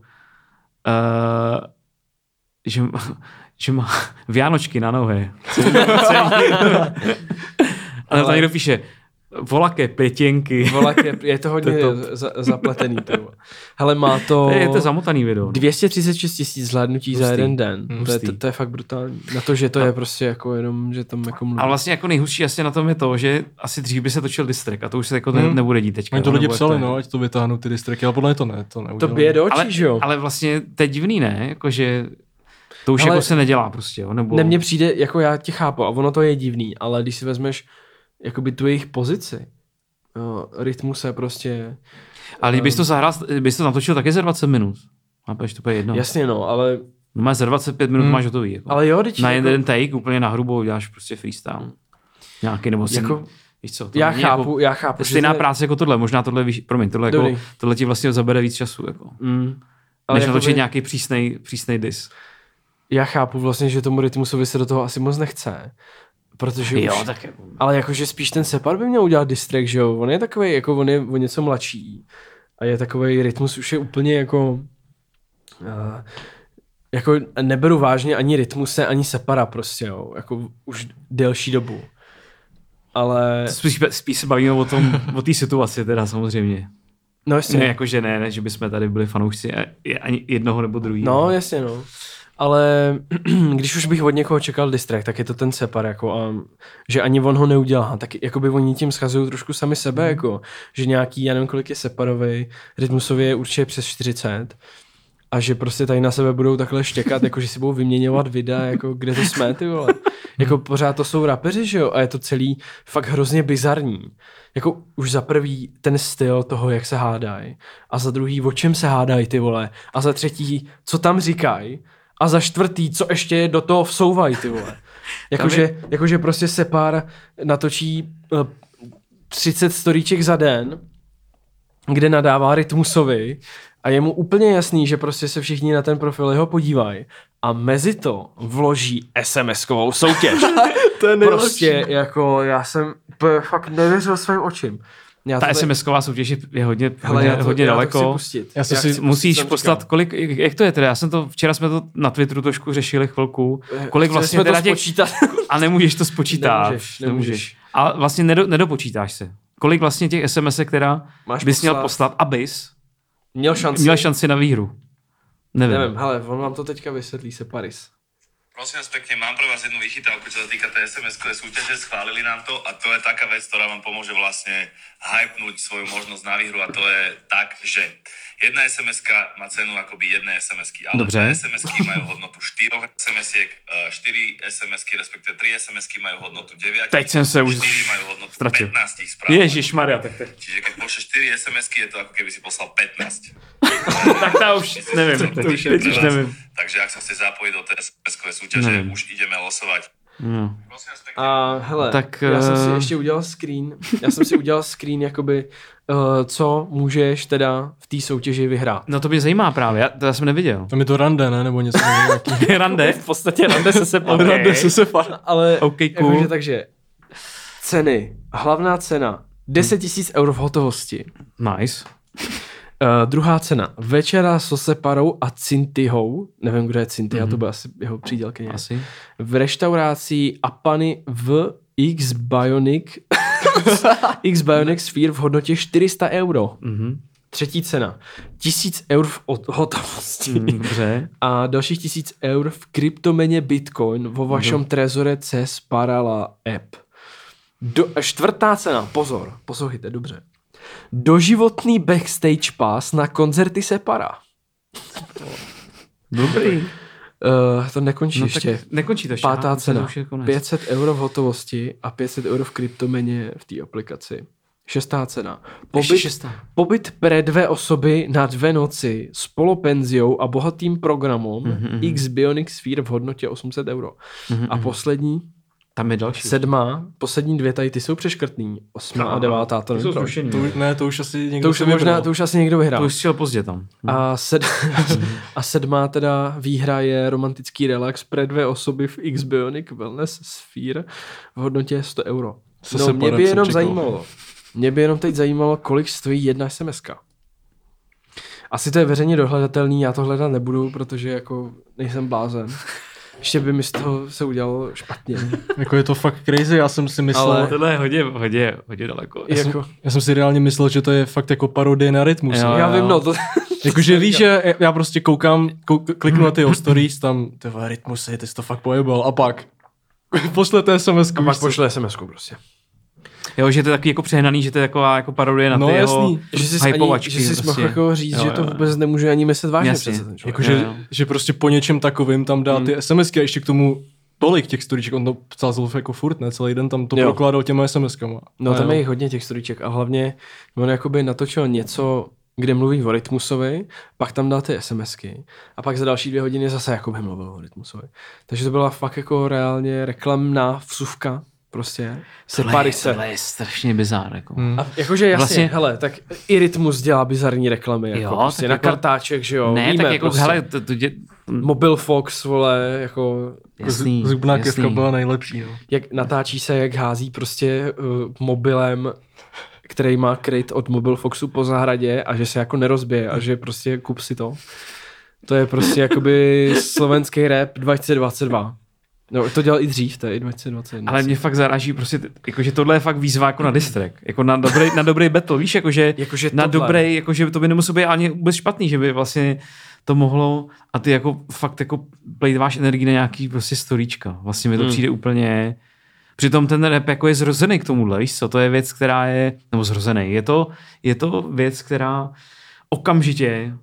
že má Vánočky na nohy. Ale tam někdo píše, volaké pětěnky. Volaké, je to hodně zapletený. Hele, má to... Je to zamotaný video. 236 000 zhlédnutí za jeden den. To je fakt brutální. Na to, že to je prostě jako jenom, že tam jako mluví. A vlastně jako nejhustší asi na tom je to, že asi dřív by se točil distrek a to už se jako nebude dít teďka. Oni to lidi psali, no, ať to vytáhnou ty distreky, ale podle mě to ne, to neudělám. To bije do očí, že jo? Ale vlastně to je divný, ne? Jakože to už jako se nedělá prostě, jo? Nebo... Ne, mně přijde, jako já tě chápu a ono to je divný, ale když si vezmeš jakoby tu jejich pozici, rytmuse prostě... Ale kdybys to zahrál, bys to natočil taky za 20 minut. Máš to jedno. Jasně, no, ale... No máš za 25 minut máš hotový. Jako. Ale jo, teď... Na jeden take úplně na hrubo děláš prostě freestyle. Nějaký nebo jako... Víš co? Já chápu. Stejná práce jako tohle, možná tohle, tohle ti vlastně zabere víc času. Jako. Ale než natočit nějaký přísnej dis. Já chápu vlastně, že tomu rytmusovi se do toho asi moc nechce. Protože jo, už, tak jako. Ale jakože spíš ten Separ by měl udělat distrack, že jo? On je takovej, jako on je o něco mladší. A je takovej, rytmus už je úplně jako neberu vážně ani rytmuse, ani Separa prostě, jo. Jako už delší dobu. Ale... Spíš se bavíme o té situaci teda samozřejmě. No jasně. Ne, jakože ne, že bychom tady byli fanoušci ani jednoho nebo druhého. No jasně, no. Ale když už bych od někoho čekal distrack, tak je to ten Separ, jako, a že ani on ho neudělá, tak jakoby oni tím schazují trošku sami sebe, jako, že nějaký, já nevím, kolik je Separovej, rytmusově je určitě přes 40 a že prostě tady na sebe budou takhle štěkat, jako že si budou vyměňovat videa, jako kde to jsme, ty vole. Jako pořád to jsou rapeři, že jo, a je to celý fakt hrozně bizarní. Jako už za prvý ten styl toho, jak se hádají, a za druhý, o čem se hádají, ty vole, a za třetí, co tam říkají, a za čtvrtý, co ještě do toho vsouvají, ty vole. Jakože prostě Separ natočí 30 storíček za den, kde nadává rytmusovi a je mu úplně jasný, že prostě se všichni na ten profil jeho podívají a mezi to vloží SMS-kovou soutěž. To je prostě jako já jsem fakt nevěřil svým očím. Ta SMS-ková soutěž je hodně daleko. Musíš poslat, kolik, jak to je teda? Včera jsme to na Twitteru trošku řešili chvilku. Kolik vlastně teda a nemůžeš to spočítat. Nemůžeš. A vlastně nedopočítáš se. Kolik vlastně těch SMS, která bys měl poslat, abys měl šanci na výhru. Nevím, hele, on vám to teďka vysvětlí Separis. Prosím vás pekne, mám pre vás jednu vychytávku, čo sa týka tej SMS-kovej súťaže, schválili nám to a to je taká vec, ktorá vám pomôže vlastne hypnúť svoju možnosť na výhru a to je tak, že jedna SMS-ka má cenu akoby jednej SMS-ky, ale dve SMS-ky majú hodnotu 4 SMS-iek, 4 SMS-ky, respektíve 3 SMS-ky majú hodnotu 9, teď jsem se už 4 majú hodnotu ztratil. 15 správ. Ježišmarja, tak to. Čiže keď pošleš 4 SMS-ky, je to ako keby si poslal 15. Tak to už nevím, teď už nevím. Takže ak sa chce zapojiť do tej SMS-kovej súťaže, už ideme losovať. No. A hele, tak, já jsem si ještě udělal screen, jakoby, co můžeš teda v té soutěži vyhrát. No to mě zajímá právě, já jsem neviděl. Tam je to rande, ne? Nebo něco. Rande? V podstatě rande se Separ. Okay. Rande se Separ. Ale okay, cool. takže ceny, hlavná cena 10 000 eur v hotovosti. Nice. Druhá cena, večera so Separou a Cintyhou, nevím, kdo je Cintyha, to byl asi jeho přídělkyně. Asi. V restauraci Apany v X-Bionic Sphere v hodnotě 400 euro. Třetí cena, 1000 eur v hotovosti. Dobře. A dalších 1000 eur v kryptoměně Bitcoin vo vašem trezore CES Parala app. Čtvrtá cena, pozor, poslouchejte, dobře. Doživotný backstage pass na koncerty Separa. Dobrý. To nekončí ještě. Nekončí to ještě. Pátá cena. 500 euro v hotovosti a 500 euro v kryptoměně v té aplikaci. Šestá cena. Pobyt pre 2 osoby na 2 noci s polopenziou a bohatým programem X-Bionic Sphere v hodnotě 800 euro. A poslední, tam je další. 7. Poslední 2 tady, ty jsou přeškrtný. 8. a 9. to nevím proč. To už asi někdo vyhrál. To už šel pozdě tam. A 7. teda výhra je romantický relax pre 2 osoby v X-Bionic Wellness Sphere v hodnotě 100 euro. No, mě by jenom teď zajímalo, kolik stojí jedna SMS-ka. Asi to je veřejně dohledatelný, já to hledat nebudu, protože jako nejsem blázen. ještě by mi z toho se udělalo špatně. Jako je to fakt crazy, já jsem si myslel... Ale tohle je hodně daleko. Já jsem si reálně myslel, že to je fakt jako parodie na Rytmus. Já vím, no to... Jakože víš, že já prostě kliknu na ty stories, tam, tyhle Rytmusy, ty jsi to fakt pojebal, a pak pošlete SMS-ku. A pak pošle SMS-ku prostě. Jo, že to je taky jako přehnaný, že to je taková jako parodie na ty jeho hypovačky. Že si mohl jako říct, že to vůbec nemůže ani myslet vážně přece ten člověk. Že prostě po něčem takovým tam dá ty SMSky a ještě k tomu tolik těch storíček, on to psal jako furt, ne? Celý den tam to prokládal těma SMSkama. No tam je jich hodně těch storíček a hlavně on jakoby natočil něco, kde mluví o Rytmusovi, pak tam dal ty SMSky a pak za další 2 hodiny zase jakoby mluvil o Rytmusovi. Takže to byla fakt jako reálně reklamná vsuvka. Prostě tohle je strašně bizár. Jako. A jakože jasně, vlastně, hele, tak i Rytmus dělá bizarní reklamy, jako jo, prostě na jako, kartáček, že jo, ne, víme, tak jako, prostě. hele, Mobil Fox, vole, jako jasný, zubná kevka byla nejlepší, no. Jak natáčí se, jak hází prostě mobilem, který má kryt od Mobil Foxu po zahradě a že se jako nerozbije a že prostě kup si to. To je prostě jakoby slovenský rap 2022. No, to dělal i dřív, to je i 2021. Ale mě fakt zaráží prostě, jakože tohle je fakt výzva jako na diss track, jako na dobrý battle, víš, jakože na dobrý, jakože to by nemuselo být ani vůbec špatný, že by vlastně to mohlo a ty jako fakt jako plejtváš energii na nějaký prostě storíčka. Vlastně mi to přijde úplně... Přitom ten rap jako je zrozený k tomuhle, víš co, to je věc, která je, nebo zrozený, je to věc, která okamžitě,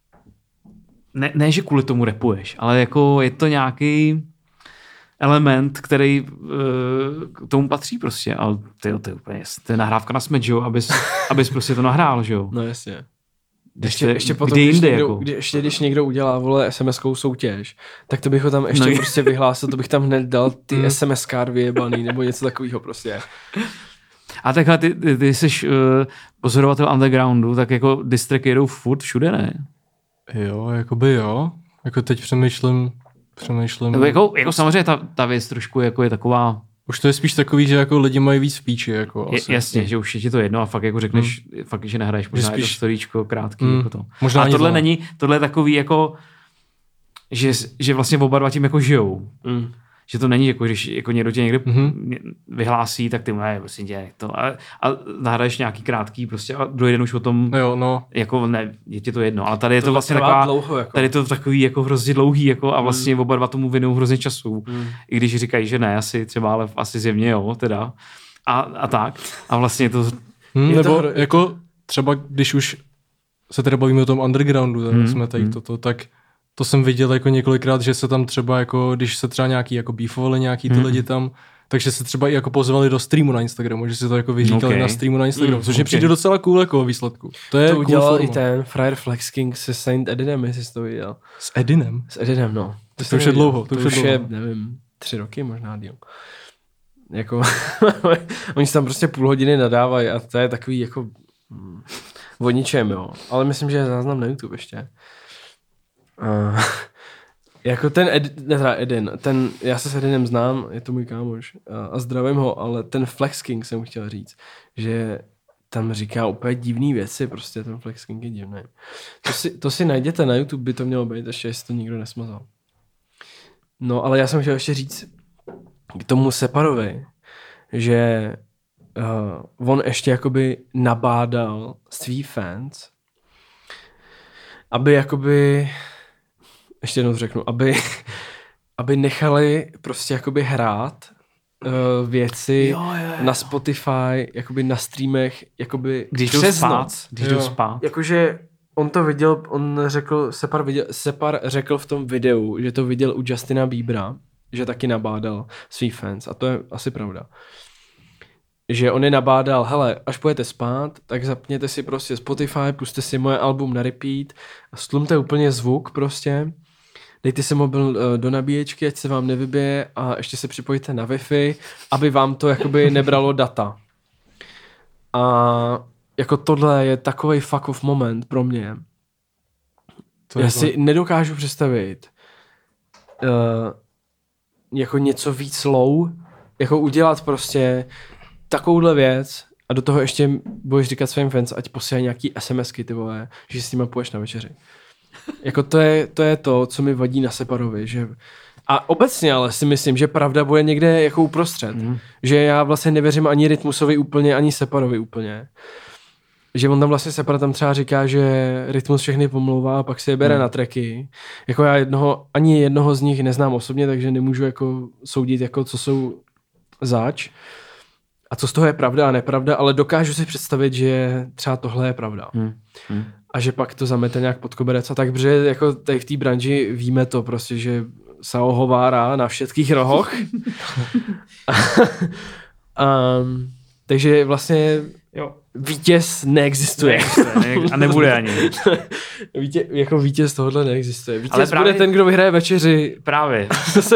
ne že kvůli tomu rapuješ, ale jako je to nějaký element, který k tomu patří prostě, ale to je úplně, to je nahrávka na smet, že jo, abys prostě to nahrál, že jo. No jasně. Ještě potom, když někdo udělá, vole, SMS-kou soutěž, tak to bych ho tam ještě prostě vyhlásil, to bych tam hned dal ty SMS-kár vyjebaný, nebo něco takového prostě. A takhle ty jsi pozorovatel undergroundu, tak jako diss tracky jedou furt všude, ne? Jo, jakoby jo. Jako teď přemýšlím. Jako samozřejmě ta věc trošku jako je taková... Už to je spíš takový, že jako lidi mají víc v píči. Jako jasně, že už je ti to jedno a fakt jako řekneš, fakt, že nehraješ možná spíš... to storíčko krátký. Jako to. Možná a tohle je takový jako, že vlastně oba dva tím jako žijou. Že to není jako, když jako někdo tě někde vyhlásí, tak ty ne, prostě tě to. A nahraješ nějaký krátký prostě a druhý den už o tom jako ne, je ti to jedno. Ale tady je to vlastně taková, dlouho, jako. Tady je to takový jako hrozně dlouhý jako a vlastně oba dva tomu věnují hrozně času. I když říkají, že ne, asi třeba, ale asi zjevně jo, teda. A tak. A vlastně to... nebo jako třeba, když už se teda bavíme o tom undergroundu, tak jsme tady tak to jsem viděl jako několikrát, že se tam třeba jako, když se třeba nějaký jako beefovali nějaký ty lidi tam, takže se třeba i jako pozvali do streamu na Instagramu, že si to jako vyříkali na streamu na Instagramu, což mi přijde docela cool jako výsledku. To udělal i ten Friar Flex King se Saint Edinem, jestli jsi to viděl. S Edinem? S Edinem, no. To už je dlouho. To už je, nevím, 3 roky možná díl. Jako, oni se tam prostě půl hodiny nadávají a to je takový jako o ničem, jo. Ale myslím, že je záznam na YouTube ještě. Jako ten Edin, já se s Edinem znám, je to můj kámoš a zdravím ho, ale ten Flex King jsem chtěl říct, že tam říká úplně divný věci, prostě ten Flex King je divný. To si najděte na YouTube, by to mělo být, ještě jestli to nikdo nesmazal. No, ale já jsem chtěl ještě říct k tomu Separovi, že on ještě jakoby nabádal svý fans, aby jakoby ještě jednou to řeknu, aby nechali prostě jakoby hrát věci na Spotify, jakoby na streamech, jakoby když jdou spát. Jakože on to viděl, Separ řekl v tom videu, že to viděl u Justina Biebera, že taky nabádal svý fans a to je asi pravda. Že on je nabádal, hele, až půjdete spát, tak zapněte si prostě Spotify, puste si moje album na repeat a stlumte úplně zvuk prostě, dejte si mobil do nabíječky, ať se vám nevybije a ještě se připojte na Wi-Fi, aby vám to jakoby nebralo data. A jako tohle je takovej fuck off moment pro mě. Já si nedokážu představit jako něco víc low, jako udělat prostě takovouhle věc a do toho ještě budeš říkat svým fans, ať posílají nějaký SMSky, ty vole, že s nima půjdeš na večeři. Jako to je to, co mi vadí na Separovi, že A obecně ale si myslím, že pravda bude někde jako uprostřed. Že já vlastně nevěřím ani Rytmusovi úplně, ani Separovi úplně. Že on tam vlastně Separ tam třeba říká, že Rytmus všechny pomlouvá a pak si je bere na tracky. Jako já ani jednoho z nich neznám osobně, takže nemůžu jako soudit, jako co jsou zač. A co z toho je pravda a nepravda, ale dokážu si představit, že třeba tohle je pravda. A že pak to zamete nějak pod koberec a tak, protože jako tady v té branži víme to prostě, že Sao hovárá na všetkých rohoch. Takže vlastně vítěz neexistuje. A nebude ani. Jako vítěz tohohle neexistuje. Vítěz bude ten, kdo vyhraje večeři. Právě.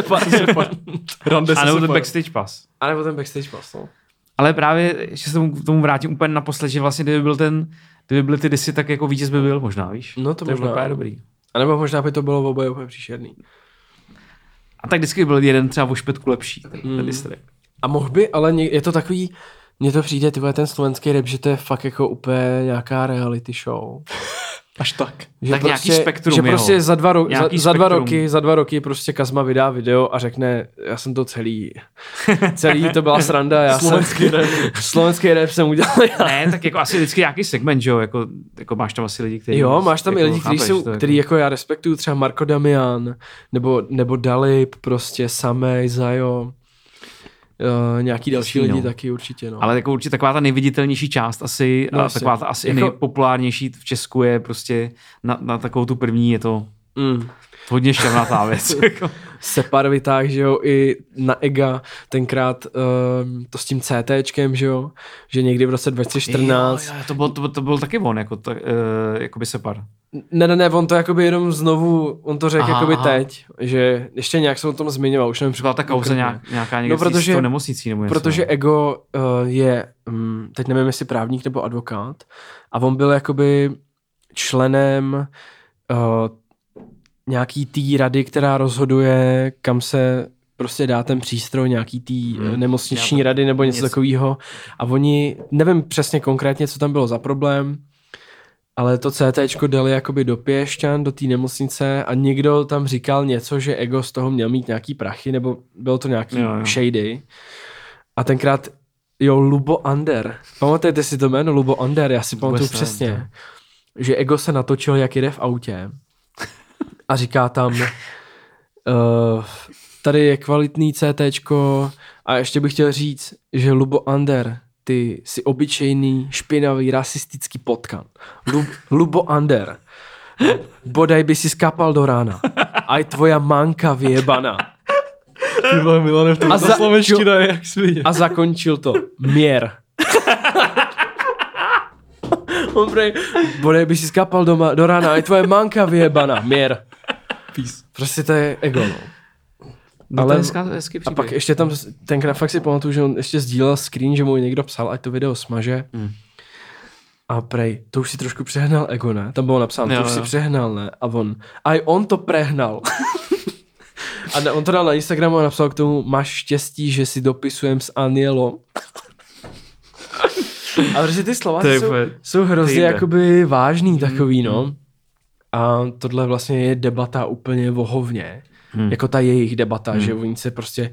A nebo ten backstage pass. A nebo ten backstage pass, no. Ale právě, že se k tomu vrátím úplně naposled, že vlastně kdyby byly ty disy, tak jako vítěz by byl možná, víš? No to možná. Bylo dobrý. A nebo možná by to bylo oboje úplně příšerný. A tak vždycky byl jeden třeba o špetku lepší, ten distrek. A mohl by, ale je to takový, mně to přijde, ty vole, ten slovenský rap, že to je fakt jako úplně nějaká reality show. Až tak. Že tak prostě, nějaký spektrum, že prostě jo. za dva roky prostě Kazma vydá video a řekne, já jsem to celý to byla sranda, já slovenský rap jsem udělal já. Ne, tak jako asi vždycky nějaký segment, že jo, jako máš tam asi lidi, kteří... Jo, máš tam jako i lidi, který jako já respektuju, třeba Marko Damian, nebo Dalip, prostě Samej, Zajo, nějaký další lidi taky určitě, no. Ale jako určitě taková ta nejviditelnější část asi, no, a taková ta asi jako... nejpopulárnější v Česku je prostě na takovou tu první je to hodně šťavnatá věc. Separ vytáh, že jo, i na Ega tenkrát to s tím CTčkem, že jo, že někdy v roce 2014. Jo, to byl taky on, jakoby Separ. Ne, on to jakoby jenom znovu, on to řekl jakoby teď, že ještě nějak jsem o tom zmiňoval, už nevím. Byla ta kauza nějaká někde s tou nemocnicí nebo něco. Protože Ego je, teď nevím, jestli právník nebo advokát, a on byl jakoby členem nějaký tý rady, která rozhoduje, kam se prostě dá ten přístroj, nějaký tý nemocniční rady nebo něco takového. A oni, nevím přesně konkrétně, co tam bylo za problém, ale to CTčko dali jakoby do Piešťan, do té nemocnice a někdo tam říkal něco, že Ego z toho měl mít nějaký prachy, nebo bylo to nějaký shady. A tenkrát, Lubo Under. Pamatujete si to jméno? Lubo Under, já si pamatuju přesně. Že Ego se natočil, jak jede v autě a říká tam tady je kvalitný CTčko a ještě bych chtěl říct, že Lubo Under, ty jsi obyčejný, špinavý, rasistický potkan. Lubo Under, bodaj by si skapal do rána. Aj tvoja manka vyjebaná. Ty vole, Milane, v tom slovenština je jak svině. A zakončil to. Měr. Bodaj by si skapal do rána, aj tvoje manka vyjebaná. Měr. Peace. Prostě to je Ego, no. Ale hezký a pak ještě tam, tenkrát fakt si pamatuju, že on ještě sdílel screen, že mu někdo psal, ať to video smaže. A prej, to už si trošku přehnal Ego, ne? Tam bylo napsáno, to už si přehnal, ne? A on to prehnal. A on to dal na Instagramu a napsal k tomu, máš štěstí, že si dopisujem s Anielou. A protože ty slova jsou hrozně jakoby vážný takový, no. A tohle vlastně je debata úplně vohovně. Jako ta jejich debata, že oni se prostě...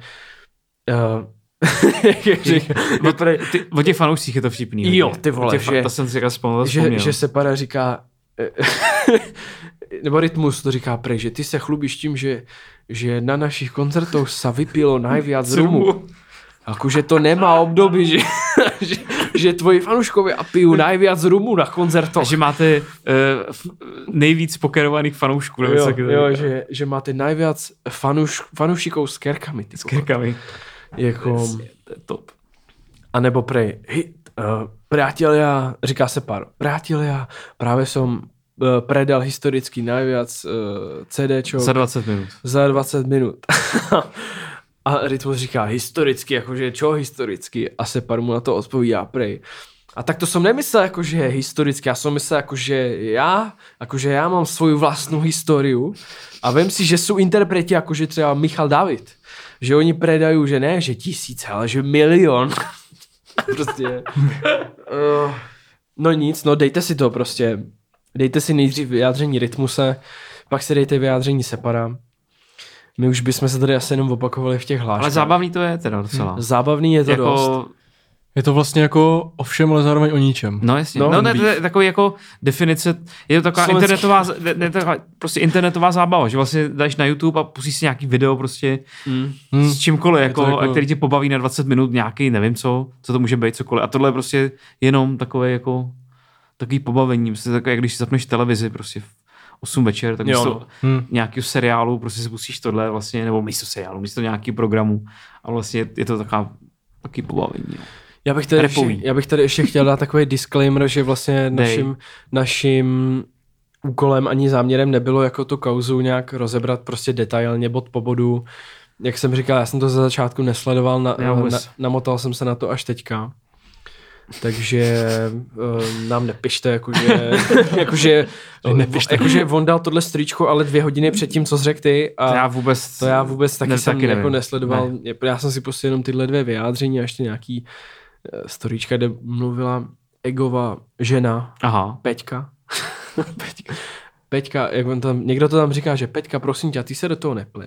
O těch fanoušcích je to vtipný. Jo, ty vole, to jsem si vzpomněl. Že Separa říká... nebo Rytmus to říká prej, že ty se chlubíš tím, že na našich koncertoch se vypilo najviac rumu. Akože to nemá období, že tvoji fanouškovia pijou najviac rumu na koncertoch. Že máte nejvíc pokerovaných fanoušků. Že máte najviac fanoušikov s kerkami. S kerkami. Jako... Top. A nebo prej, priatelia, říká se pár, priatelia, právě som predal historicky najviac CDčok. Za 20 minut. A Rytmus říká historicky, jakože čo historicky? A Separ mu na to odpovídá prej. A tak to som nemyslel, jakože je historicky. Já jsem myslel, jakože já mám svoju vlastnou historiu a vem si, že jsou interpreti, jakože třeba Michal David. Že oni predají, že ne, že 1000, ale že 1 000 000. Prostě. No nic, no dejte si to prostě. Dejte si nejdřív vyjádření Rytmuse, pak si dejte vyjádření Separa. My už bychom se tady asi jenom opakovali v těch hláškách. Ale zábavný to je teda docela. Zábavný je to jako... dost. Je to vlastně jako o všem, ale zároveň o ničem. No jasně. No ne, to je takový jako definice, je to taková internetová zábava, že vlastně dáš na YouTube a pustíš si nějaký video prostě s čímkoliv, jako, který tě pobaví na 20 minut nějaký, nevím co to může být, cokoliv. A tohle je prostě jenom takové jako takový pobavení, prostě takové, jak když si zapneš televizi prostě v 8 večer, tak místo nějakého seriálu prostě si pustíš tohle vlastně, nebo místo nějakého programu a vlastně je to takový pobavení. Jo. Já bych tady ještě chtěl dát takový disclaimer, že vlastně naším úkolem ani záměrem nebylo jako tu kauzu nějak rozebrat prostě detailně bod po bodu. Jak jsem říkal, já jsem to za začátku nesledoval, namotal jsem se na to až teďka. Takže nám nepište, jakože on dal tohle stričko, ale 2 hodiny před tím, co jsi řekl ty. A to já vůbec taky jsem jako nesledoval. Ne. Já jsem si pustil jenom tyhle 2 vyjádření a ještě nějaký storíčka, kde mluvila Egova žena, Peťka. Peťka, jak on tam, někdo to tam říká, že Peťka, prosím tě, ty se do toho nepleť.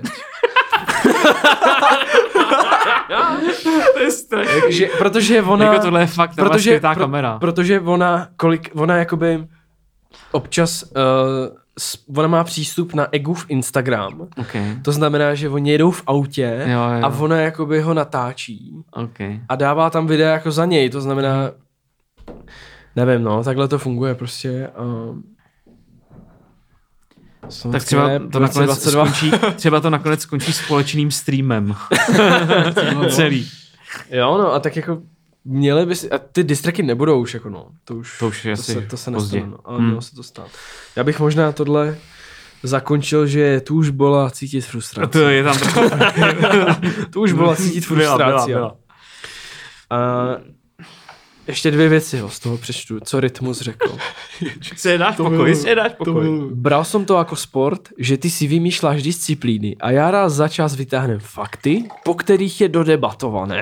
Protože ona... Jako tohle je fakt skrytá kamera. Protože ona jakoby občas... ona má přístup na Egův Instagram. Okay. To znamená, že oni jedou v autě a ona jakoby ho natáčí. Okay. A dává tam videa jako za něj. To znamená, nevím, no, takhle to funguje prostě. Tak třeba to nakonec skončí společným streamem. Celý. Jo, no a tak jako měli by si, a ty distracky nebudou už jako no, to už je asi to se nestane, no, ale mělo se to stát. Já bych možná tohle zakončil, že tu už byla cítit frustraci. To je tam tu už byla cítit frustraci. Byla. A ještě 2 věci z toho přečtu, co Rytmus řekl. Se dáš pokoj. Bral jsem to jako sport, že ty si vymýšláš disciplíny a já raz za čas vytáhnem fakty, po kterých je dodebatované.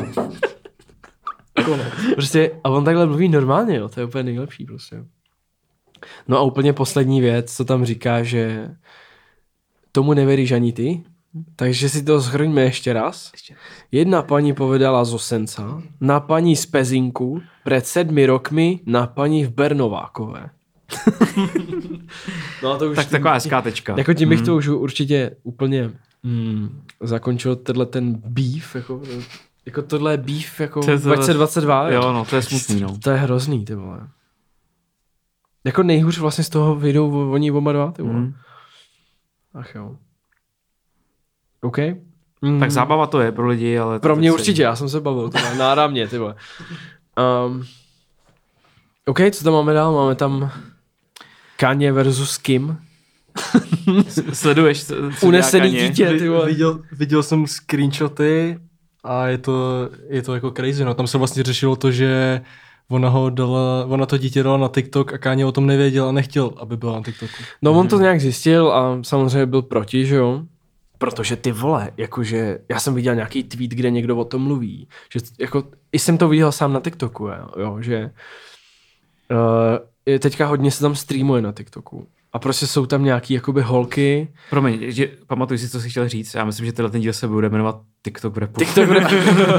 Prostě, a on takhle mluví normálně, jo, to je úplně nejlepší prostě. No a úplně poslední věc, co tam říká, že tomu neveríš ani ty, takže si to shrňme ještě raz. Jedna paní povedala z Osenca, na paní z Pezinku, před 7 rokmi na paní v Bernovákové. No a to už tak taková skátečka. Jako tím bych to už určitě úplně zakončil ten beef, jako tohle je beef jako 2022. Jo, no, to je smutný, no. To je hrozný, ty vole. Jako nejhůř vlastně z toho vyjdou oni oba dva, ty vole. Ach jo. OK. Tak zábava to je pro lidi, ale... Pro mě určitě, já jsem se bavil, to je náramně, ty vole. OK, co tam máme dál? Máme tam Kanye versus Kim. Sleduješ? Unesený dítě, ty vole. Viděl jsem screenshoty a je to jako crazy, no. Tam se vlastně řešilo to, že ona to dítě dala na TikTok a Kanye o tom nevěděl a nechtěl, aby byla na TikToku. No on to nějak zjistil a samozřejmě byl proti, že jo? Protože ty vole, jakože já jsem viděl nějaký tweet, kde někdo o tom mluví, že jako, i jsem to viděl sám na TikToku, jo, že teďka hodně se tam streamuje na TikToku a prostě jsou tam nějaký jakoby holky. Promiň, pamatuj si, co jsi chtěl říct, já myslím, že ten díl se bude jmenovat TikTok v rapu. TikTok v rapu.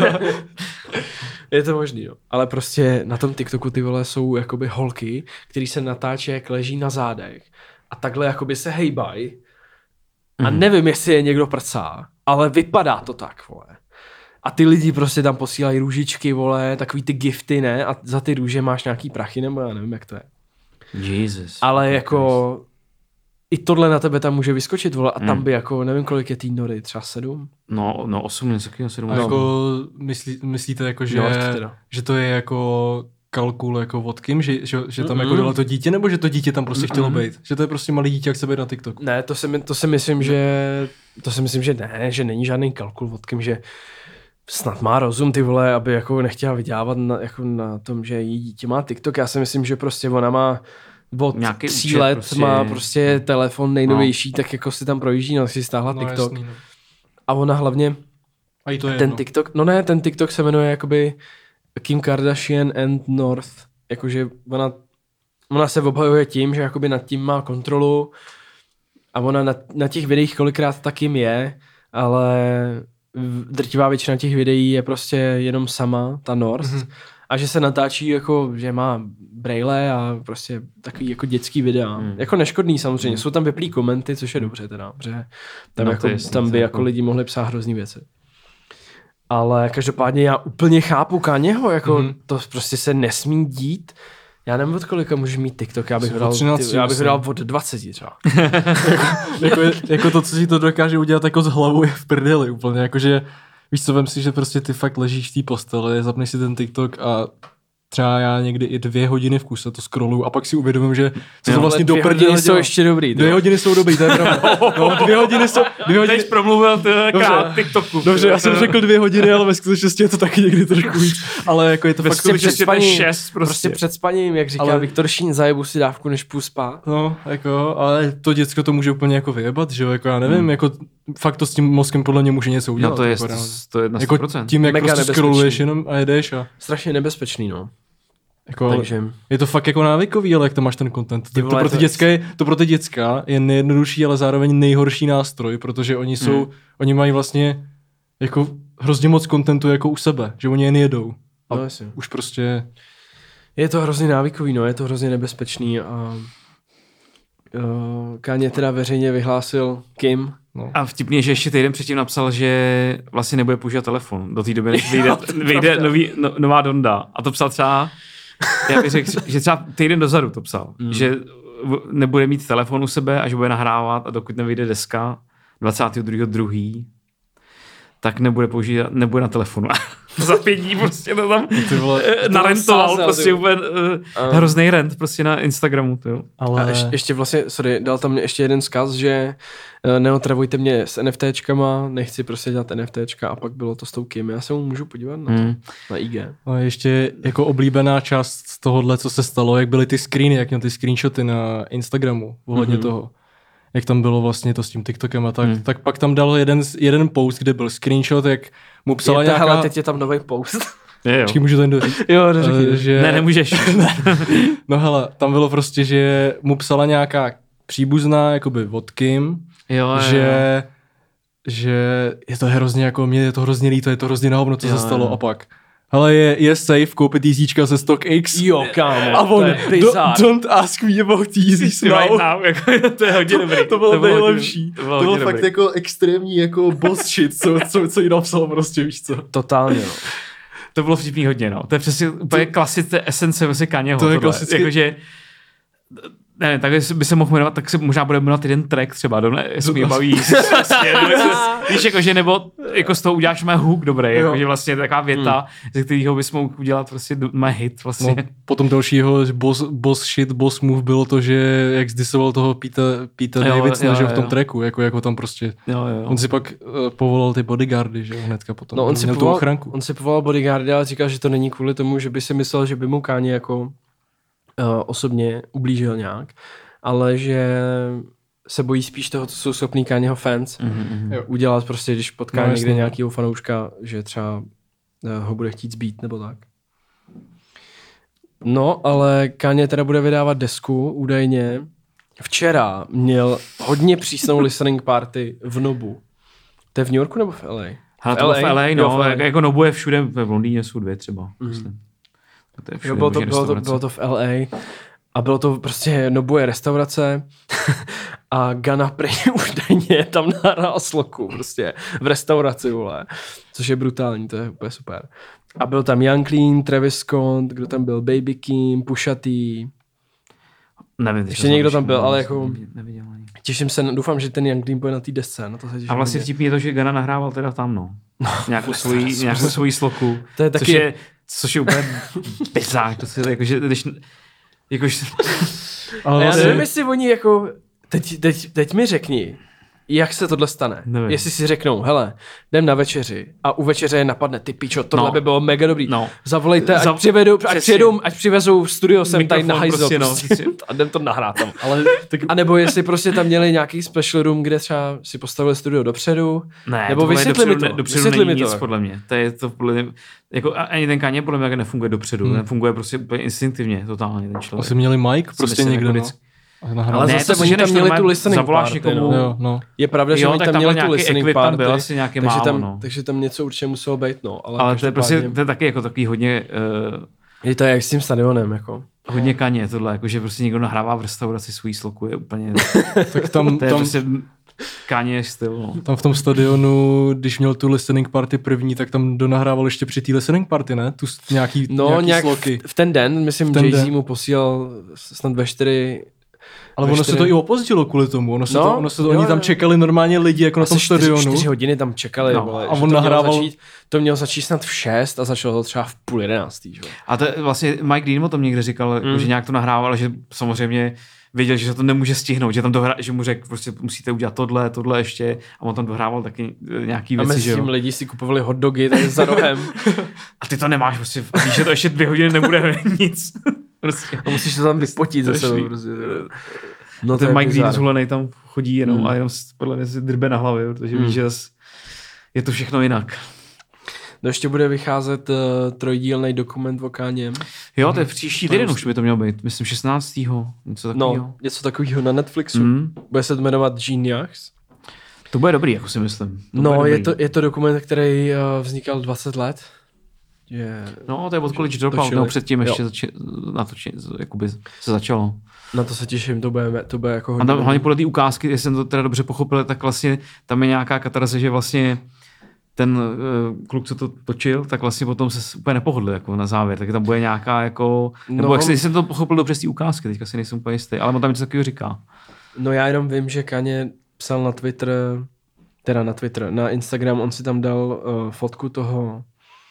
Je to možný, jo. Ale prostě na tom TikToku ty vole jsou jakoby holky, který se natáčí, jak leží na zádech a takhle jakoby se hejbají. A nevím, jestli je někdo prcá, ale vypadá to tak, vole. A ty lidi prostě tam posílají růžičky, vole, takový ty gifty, ne? A za ty růže máš nějaký prachy, nebo já nevím, jak to je. Jesus. Ale jako i tohle na tebe tam může vyskočit, vole, a tam by jako, nevím, kolik je tý nory, třeba 7? No 8, něco 7. A jako myslíte jako, že to je jako kalkul jako od Kim, že tam jako dala to dítě, nebo že to dítě tam prostě chtělo být? Že to je prostě malý dítě, jak se být na TikToku? Ne, to si myslím, že ne, že není žádný kalkul od Kim, že snad má rozum, ty vole, aby jako nechtěla vydělávat na tom, že její dítě má TikTok. Já si myslím, že prostě ona má od 3 let prostě, má prostě telefon nejnovější, tak jako si tam projíždí, no, si stáhla TikTok. Jasný, no. A ona hlavně a i to je ten TikTok, ten TikTok se jmenuje jakoby Kim Kardashian and North, jakože ona se obhajuje tím, že jakoby nad tím má kontrolu A ona na těch videích kolikrát taky je, ale drtivá většina těch videí je prostě jenom sama, ta North. A že se natáčí jako, že má braille a prostě takový jako dětský videa. Jako neškodný samozřejmě. Jsou tam vyplý komenty, což je dobře teda. Že tam, jako, tam by jako lidi mohli psát hrozný věci. Ale každopádně já úplně chápu Kanyeho, jako to prostě se nesmí dít. Já nevím, od kolika můžeš mít TikTok, já bych ho dal od 20 třeba. jako to, co si to dokáže udělat jako z hlavou je v prdeli úplně, jakože víš co, vem si, že prostě ty fakt ležíš v té posteli, zapneš si ten TikTok a třeba já někdy i 2 hodiny v kuse to scrolluju a pak si uvědomím, že co to vlastně do prdele dělá. 2 hodiny jsou ještě dobrý. 2 hodiny jsou dobrý, to je pravda. No, 2 hodiny jsou... Teď promluvil krát TikToku. Dobře, já jsem řekl 2 hodiny, ale ve skutečnosti je to taky někdy trošku víc. Ale jako je to fakt před spaním, 6 prostě před spaním, jak říká Viktor Šín, zajebu si dávku, než půjdu spát. No, jako, ale to děcko to může úplně jako vyjebat, že jo, jako já nevím, jako fakt to s tím mozkem podle mě může něco udělat. No to je 100%. Jako tím, jak prostě scrolluješ jenom a jedeš a... Strašně nebezpečný, no. Jako, takže je to fakt jako návykový, ale jak tam máš ten content. To pro ty děcka je nejjednodušší, ale zároveň nejhorší nástroj, protože oni mají vlastně jako hrozně moc contentu jako u sebe, že oni jen jedou. A už prostě... Je to hrozně návykový, no, je to hrozně nebezpečný a Kanye teda veřejně vyhlásil Kim. No. A vtipně, že ještě týden předtím napsal, že vlastně nebude používat telefon do té doby, než vyjde nová Donda. A to psal třeba, já bych řekl, že třeba týden dozadu to psal, že nebude mít telefon u sebe a že bude nahrávat a dokud nevyjde deska 22.2., tak nebude na telefonu. Za 5 dní prostě to tam narentoval, prostě úplně hrozný rent prostě na Instagramu. To. Ale... A ještě vlastně, dal tam ještě jeden vzkaz, že neotravujte mě s NFTčkama, nechci prostě dělat NFTčka a pak bylo to s tou Kim. Já se mu můžu podívat na to, na IG. A ještě jako oblíbená část z tohohle, co se stalo, jak byly ty screeny, jak měl ty screenshoty na Instagramu ohledně toho. Jak tam bylo vlastně to s tím TikTokem a tak pak tam dal jeden post, kde byl screenshot, jak mu psala nějaká... Hele, teď je tam nový post. Počkej, můžu to doříct? Jo, že... Ne, nemůžeš. No hele, tam bylo prostě, že mu psala nějaká příbuzná, jakoby od Kim, že je to hrozně jako, mě je to hrozně líto, je to hrozně na hovno, co se stalo a pak. Ale je safe koupit Yeezíčka ze StockX. Jo, kámo, a on, don't ask me about Yeezys now. To je hodně dobrý. To bylo nejlepší. To bylo fakt jako extrémní jako boss shit, co jí napsal prostě, víš co. Totálně, no. To bylo vtipný hodně, no. To je přesně úplně klasické esence vlastně Kanyeho. To je klasické. Jakože, ne, tak by se mohl jmenovat, tak se možná bude jmenovat jeden track třeba, jestli mě baví. Víš, jakože, nebo jako z toho uděláš mé hook dobrý, jakože vlastně taková věta, ze kterého bys mohl udělat prostě mé hit vlastně. No, potom dalšího boss move bylo to, že jak zdisoval toho Pete Davidsona, že v tom tracku, jako tam prostě, on si pak povolal ty bodyguardy, že hnedka potom. No, on si povolal bodyguardy, ale říkal, že to není kvůli tomu, že by si myslel, že by mu Kanye jako osobně ublížil nějak, ale že se bojí spíš toho, co jsou schopný Kanyeho fans udělat prostě, když potká někde nějakýho fanouška, že třeba ho bude chtít zbít nebo tak. No, ale Kanye teda bude vydávat desku údajně. Včera měl hodně přísnou listening party v Nobu. To je v New Yorku nebo v LA? To bylo v LA, no. Jako Nobu je všude, v Londýně jsou 2 třeba. Bylo to v LA a bylo to prostě Nobuje restaurace a Gunna prej údajně tam nahrál sloku prostě v restauraci, vole, což je brutální, to je úplně super. A byl tam Young Lean, Travis Scott, kdo tam byl, Baby Kim, Pusha T. Nevím, ještě někdo tam byl, ale jako těším se, doufám, že ten Young Lean bude na té desce. Na to se těším. A vlastně vtipný je to, že Gunna nahrával teda tam, no. Nějakou svoji sloku, to je taky... což je úplně bizár, to se jakože, ale já nevím, jestli oni jako, teď mi řekni, jak se tohle stane. Nevím. Jestli si řeknou, hele, jdem na večeři a u večeře je napadne, ty pičo, tohle by bylo mega dobrý. No. Zavolejte, ať přivezou studio sem tady na hajzl prostě, a jdem to nahrát tam. A nebo jestli prostě tam měli nějaký special room, kde třeba si postavili studio dopředu. Ne, nebo vysvětli mi to. Dopředu není nic podle mě. To je to podle mě, jako ani ten Kanye podle mě nefunguje dopředu. Ten funguje prostě úplně instinktivně, totálně ten člověk. Asi měli mic prostě někde, no. Ale zase oni tam měli tu listening party, někomu... no. Je pravda, že oni tam měli tu listening party, byl asi nějaký málo, takže tam něco určitě muselo být, no. Ale to je prostě, to je taky jako takový hodně... Je to jak s tím stadionem, jako. Hodně Kaně tohle, jako že prostě někdo nahrává v restauraci svůj sloku, je úplně... Tak tam, to je prostě Kaně styl, no. Tam v tom stadionu, když měl tu listening party první, tak tam donahrával ještě při té listening party, ne? Tu nějaký sloky. V ten den, myslím, Jay-Z mu posílal snad ve 4... Ale ono se to i opozdilo kvůli tomu. Oni tam čekali normálně lidi jako na tom stadionu. 4 hodiny tam čekali. No, a on nahrával... To mělo začít snad v 6 a začalo to třeba v 10:30. Že? A to vlastně Mike Dean o tom někde říkal, že nějak to nahrával, že samozřejmě věděl, že se to nemůže stihnout, že tam že mu řekl, prostě musíte udělat tohle ještě a on tam dohrával taky nějaký věci. A mezi tím lidi si kupovali hot dogy tady za rohem. A ty to nemáš, prostě víš, že to ještě 2 hodiny nebude nic. Prostě. A musíš to tam vypotit zase. Prostě. No ten Mike Dean zhulenej tam chodí jenom a jenom podle mě si drbe na hlavě, protože víš, že je to všechno jinak. No ještě bude vycházet trojdílný dokument o Kaněm. Jo, to je příští týden už by to mělo být. Myslím 16. Něco takového. No, něco takového na Netflixu. Bude se to jmenovat Genius. To bude dobrý, jako si myslím. Je to dokument, který vznikal 20 let. No, to je od College Dropout, no předtím ještě jakoby se začalo. Na to se těším, to bude jako hodně. A tam hlavně podle té ukázky, jestli jsem to teda dobře pochopil, tak vlastně tam je nějaká katarze, že vlastně ten kluk, co to točil, tak vlastně potom se úplně nepohodl jako na závěr, tak tam bude nějaká jako, nebo jak jsem to pochopil dobře z té ukázky, teďka si nejsem úplně jistý, ale on tam něco takového říká. No já jenom vím, že Kanye psal na Instagram, on si tam dal fotku toho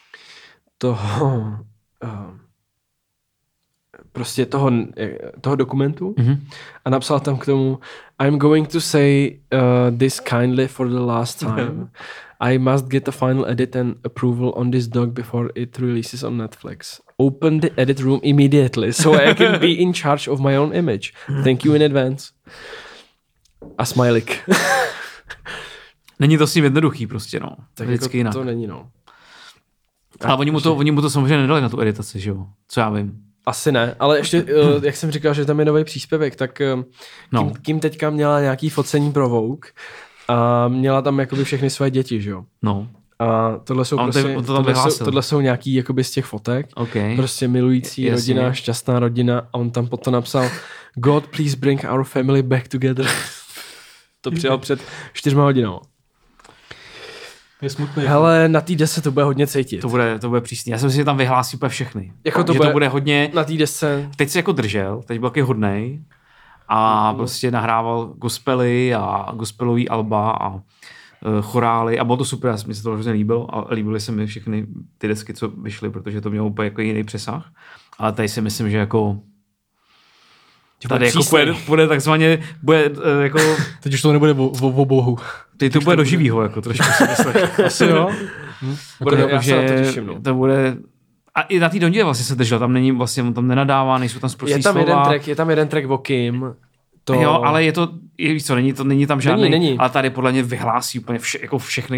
dokumentu a napsal tam k tomu I'm going to say this kindly for the last time. I must get a final edit and approval on this doc before it releases on Netflix. Open the edit room immediately so I can be in charge of my own image. Thank you in advance. A smajlik. Není to s ním jednoduchý prostě, no. Tak vždycky jinak. To není, no. Ale oni mu to samozřejmě nedali na tu editaci, že jo? Co já vím. Asi ne, ale ještě, jak jsem říkal, že tam je nový příspěvek, tak Kim teďka měla nějaký focení pro Vogue a měla tam jakoby všechny své děti, že jo? No. A tohle jsou tohle jsou nějaký jakoby z těch fotek. Okay. Prostě milující rodina, šťastná rodina a on tam potom napsal God, please bring our family back together. To přijal před 4 hodinami. Je smutný. Hele, na té desce to bude hodně cítit. To bude přísný. Já jsem si, že tam vyhlásí úplně všechny. Jako to bude hodně... Na té desce. Teď se jako držel, teď byl taky hodnej a prostě nahrával gospely a gospelový alba a chorály a bylo to super, mi se to hrozně líbilo a líbily se mi všechny ty desky, co vyšly, protože to mělo úplně jako jiný přesah. Ale tady si myslím, že jako tady jako bude takzvaně, bude jako... Teď už to nebude o bohu. Teď to bude do živýho, jako trošku si myslím. Asi jo. Já se na to těším, no. To bude... A i na té Dondě vlastně se držel, tam není vlastně, on tam nenadává, nejsou tam sprostý slova. Je tam jeden track o Kim. To... Jo, ale víš co, není tam žádný, není. Ale tady podle mě vyhlásí úplně jako všechny,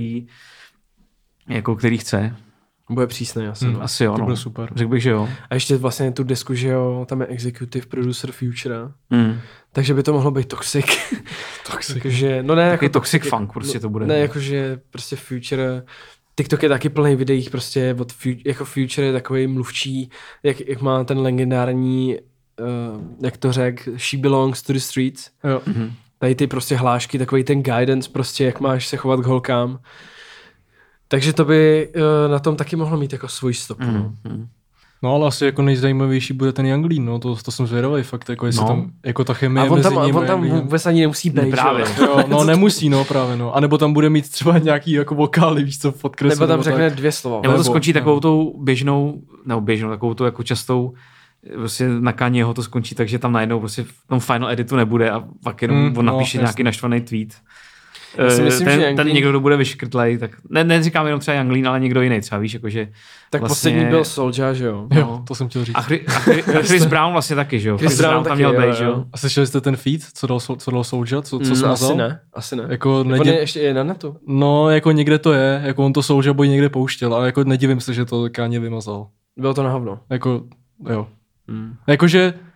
který chce. Bude přísný asi. Asi jo, to bude super. Řekl bych, že jo. A ještě vlastně tu desku, že jo, tam je executive producer Future. Takže by to mohlo být toxic. Takže, no ne, taky jako toxic funk prostě to bude. Ne, jakože prostě Future, TikTok je taky plný videí prostě od jako Future je takový mluvčí, jak má ten legendární, jak to řekl, She Belongs to the Streets. Jo. Tady ty prostě hlášky, takový ten guidance prostě, jak máš se chovat k holkám. Takže to by na tom taky mohlo mít jako svůj stopu. No ale asi jako nejzajímavější bude ten Young Lean, no to jsem zvědavý fakt, jako jestli tam jako ta chemie mezi nimi. On tam vůbec ani nemusí být, právě. Jo, no nemusí, no právě, no. A nebo tam bude mít třeba nějaký jako vokály, víš co, podkreslit. Nebo tam řekne 2 slova. Nebo to skončí takovou tou běžnou, takovou tou jako častou, prostě na Kanyeho to skončí, takže tam najednou prostě v tom final editu nebude a pak jenom on napíše nějaký naštvaný tweet. Myslím, ten někdo, kdo bude vyškrtlej, tak neříkám jenom třeba Young Lean, ale někdo jiný třeba, víš, jakože tak vlastně... poslední byl Soulja, že jo? Jo, to jsem chtěl říct. A Chris Brown vlastně taky, že jo? Chris Brown tam měl být, že jo? A slyšeli jste ten feed, co dal Soulja, co smazal? Asi ne. Jako on je ještě je na netu? No, jako někde to je, jako on to Soulja Boy někde pouštěl, ale jako nedivím se, že to Kanye vymazal. Bylo to na hovno. Jako, jo. Jakože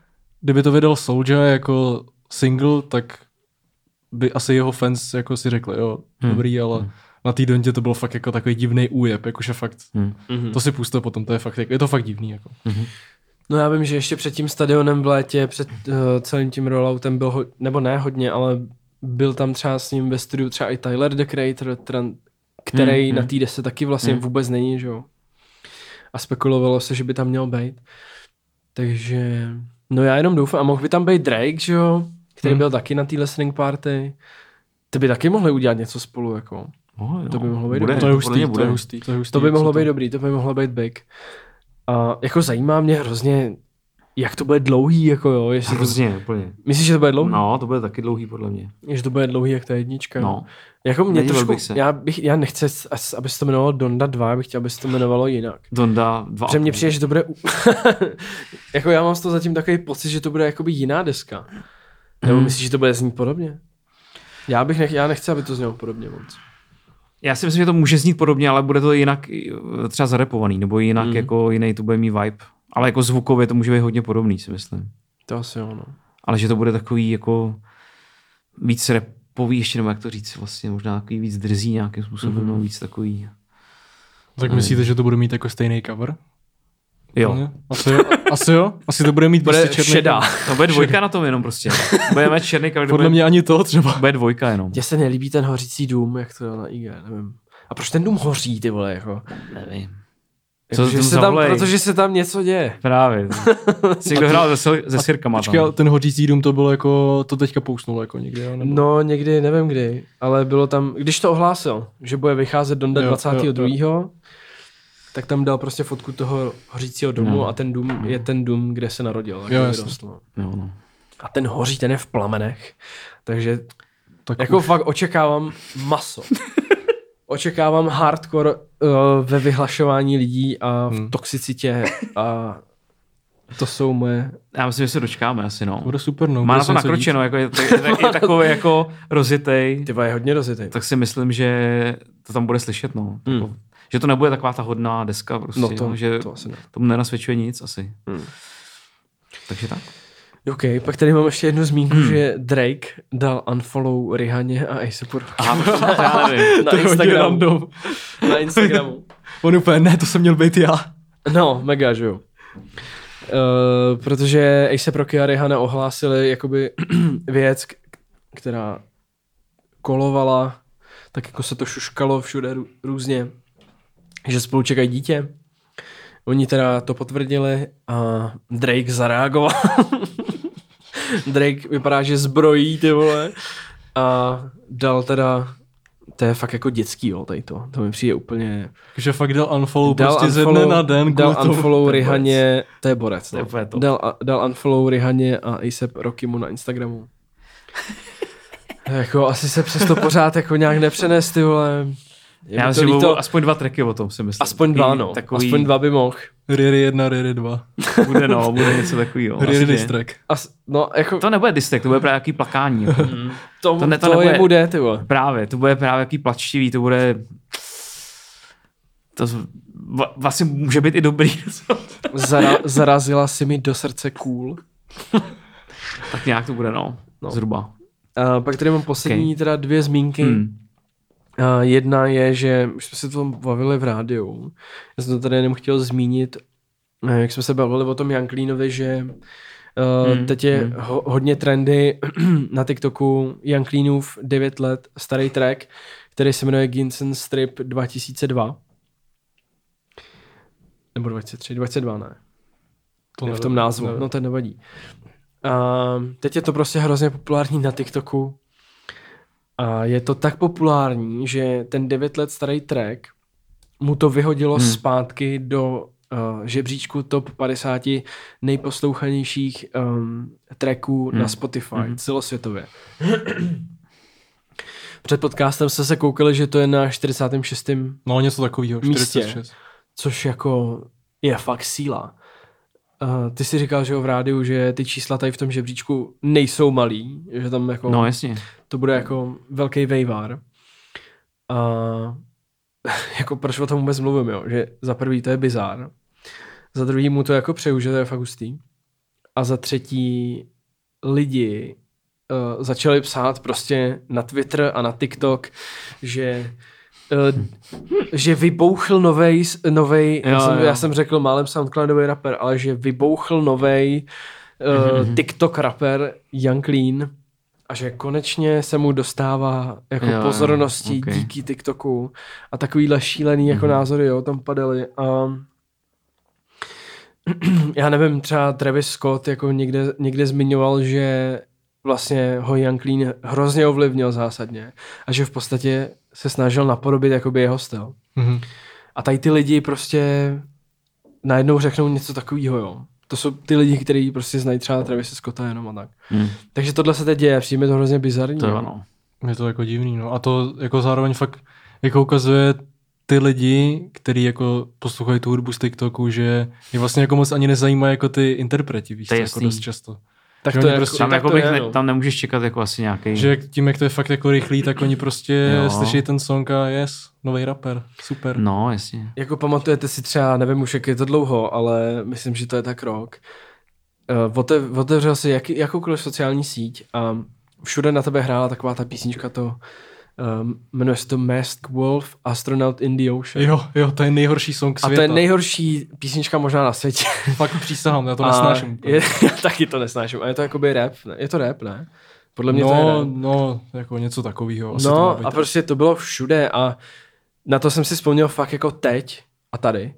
kdyby to vydal Soulja jako single, tak by asi jeho fans jako si řekli, jo, dobrý, ale na té Dontě to bylo fakt jako takový divný újeb, jakože fakt, to si puste potom, to je fakt, je to fakt divný, jako. No já vím, že ještě před tím stadionem v létě, před celým tím rolloutem byl, nebo ne hodně, ale byl tam třeba s ním ve studiu třeba i Tyler, the Creator, který na té desce taky vlastně vůbec není, že jo. A spekulovalo se, že by tam měl být. Takže, no já jenom doufám, a mohl by tam být Drake, že jo, který byl taky na té listening party. Ty by taky mohli udělat něco spolu, jako. To by mohlo být dobrý. To je hustý. To by mohlo být dobrý, to by mohlo být big. A jako zajímá mě hrozně, jak to bude dlouhý, jako jo. Hrozně, úplně. Myslíš, že to bude dlouhý? No, to bude taky dlouhý, podle mě. Že to bude dlouhý, jak ta jednička. No. Jako mě trošku, já nechci, aby se to jmenovalo Donda 2, já bych chtěl, aby se to jmenovalo jinak. Donda 2. Protože mně přijde, že to bude, jako já mám z toho zatím takový pocit, že to bude jakoby jiná deska. Nebo myslíš, že to bude znít podobně? Já nechci, aby to znělo podobně moc. Já si myslím, že to může znít podobně, ale bude to jinak třeba zarepovaný, nebo jinak jako jiný to bude mít vibe. Ale jako zvukově to může být hodně podobný, si myslím. To asi jo, no. Ale že to bude takový jako víc rapový, ještě nebo jak to říct, vlastně možná takový víc drzí nějakým způsobem, no víc takový. Tak myslíte, že to bude mít jako stejný cover? Jo. Asi jo? Asi to bude mít bude prostě černý. Šedá. No bude dvojka na tom jenom prostě. Budeme mít černý cover. Podle mě ani to třeba. Bude dvojka jenom. Mně se nelíbí ten hořící dům, jak to je na IG, nevím. A proč ten dům hoří, ty vole, jako? Nevím. Protože se tam něco děje. Právě. Jsi kdo hrál se Sirkama tam. Počkej, ten hořící dům to bylo jako, to teďka pousnulo jako někdy, jo? Nebo? No někdy, nevím kdy, ale bylo tam, když to ohlásil, že bude vycházet Donda 22. Jo. Tak tam dal prostě fotku toho hořícího domu a ten dům je ten dům, kde se narodil. Jo, no. A ten hoří, ten je v plamenech. Takže tak jako fakt očekávám maso. Očekávám hardcore ve vyhlašování lidí a v toxicitě a to jsou moje... Já myslím, že se dočkáme asi, no. Bude super, no. Má na to nakročeno, jako je takový jako rozitej. Ty je hodně rozitej. Tak si myslím, že to tam bude slyšet, no. Že to nebude taková ta hodná deska prostě, no to, že to asi ne. Tomu nenasvědčuje nic asi. Takže tak. OK, pak tady mám ještě jednu zmínku, že Drake dal unfollow Rihaně a A$AP Rockymu. Já nevím. Na Instagramu. On úplně, ne, to jsem měl být já. No, mega, že jo. Protože A$AP Rocky a Rihanna ohlásili jakoby věc, která kolovala, tak jako se to šuškalo všude různě, že spolu čekají dítě. Oni teda to potvrdili a Drake zareagoval. Drake vypadá, že zbrojí, ty vole. A dal teda, to je fakt jako dětský, jo, tady to. To mi přijde úplně... Že fakt dal unfollow prostě ze dne na den. Dal unfollow Rihaně, to je borec, no. Dal unfollow Rihaně a A$AP Rockymu na Instagramu. Jako asi se přesto pořád jako nějak nepřenést, ty vole. Já myslím, že budou aspoň 2 tracky o tom, si myslím. Aspoň 2, no. Takový... Aspoň 2 by mohl. Riri 1, Riri 2. Bude něco takovýho. Riri diss track. No, jako... To nebude diss track, to bude právě jaký plakání. Jako. to nebude, bude, ty vole. Právě, to bude právě jaký plačtivý, to bude... To vlastně může být i dobrý. Zarazila si mi do srdce cool. Tak nějak to bude, no. Zhruba. Pak tady mám poslední teda 2 zmínky. Jedna je, že už jsme se to bavili v rádiu. Já jsem to tady jenom chtěl zmínit, jak jsme se bavili o tom Young Leanovi, že teď je hodně trendy na TikToku Young Leanův 9 let starý track, který se jmenuje Ginsen Strip 2002. Nebo 23, 22 ne. To je v tom názvu, no to nevadí. Teď je to prostě hrozně populární na TikToku. A je to tak populární, že ten 9 let starý track mu to vyhodilo zpátky do žebříčku top 50 nejposlouchanějších tracků na Spotify celosvětově. Před podcastem jste se koukali, že to je na 46. No něco takového, 46. Což jako je fakt síla. Ty jsi říkal, že v rádiu, že ty čísla tady v tom žebříčku nejsou malý, že tam jako... No jasně. To bude jako velký vejvár. A jako proč o tom vůbec mluvím, jo? Že za prvý to je bizár, za druhý mu to jako přeju, že to je fakt hustý. a za třetí lidi začali psát prostě na Twitter a na TikTok, že vybouchl novej já jsem řekl málem SoundCloudový rapper, ale že vybouchl novej TikTok rapper Young Lean a že konečně se mu dostává jako pozornosti díky TikToku a takovýhle šílený jako názory tam padaly a já nevím, třeba Travis Scott jako někde zmiňoval, že vlastně ho Young Lean hrozně ovlivnil zásadně a že v podstatě se snažil napodobit jakoby jeho styl. A tady ty lidi prostě najednou řeknou něco takového, jo. To jsou ty lidi, kteří prostě znají třeba Travise Scotta jenom a tak. Takže tohle se teď děje, přijde to hrozně bizarní. To ano. Je to jako divný, no. A to jako zároveň fakt jako ukazuje ty lidi, kteří jako poslouchají tu hudbu z TikToku, že je vlastně jako moc ani nezajímají jako ty interpreti, víš, jako dost často. Tak to je prostě, tam nemůžeš čekat jako asi nějaký. Že tím, jak to je fakt jako rychlý, tak oni prostě slyší ten song a nový rapper, super. No, jasně. Jako pamatujete si třeba, nevím už, jak je to dlouho, ale myslím, že to je tak rok. Otevřel si jakoukoliv sociální síť a všude na tebe hrála taková ta písnička jmenuje se to Masked Wolf, Astronaut in the Ocean. Jo, to je nejhorší song světa. A to je nejhorší písnička možná na světě. Fakt přísahám, já to nesnáším. Já taky to nesnáším. A je to jakoby rap, ne? Je to rap, ne? Podle mě to je rap. No, jako něco takového. No a prostě to bylo všude a na to jsem si vzpomněl fakt jako teď a tady,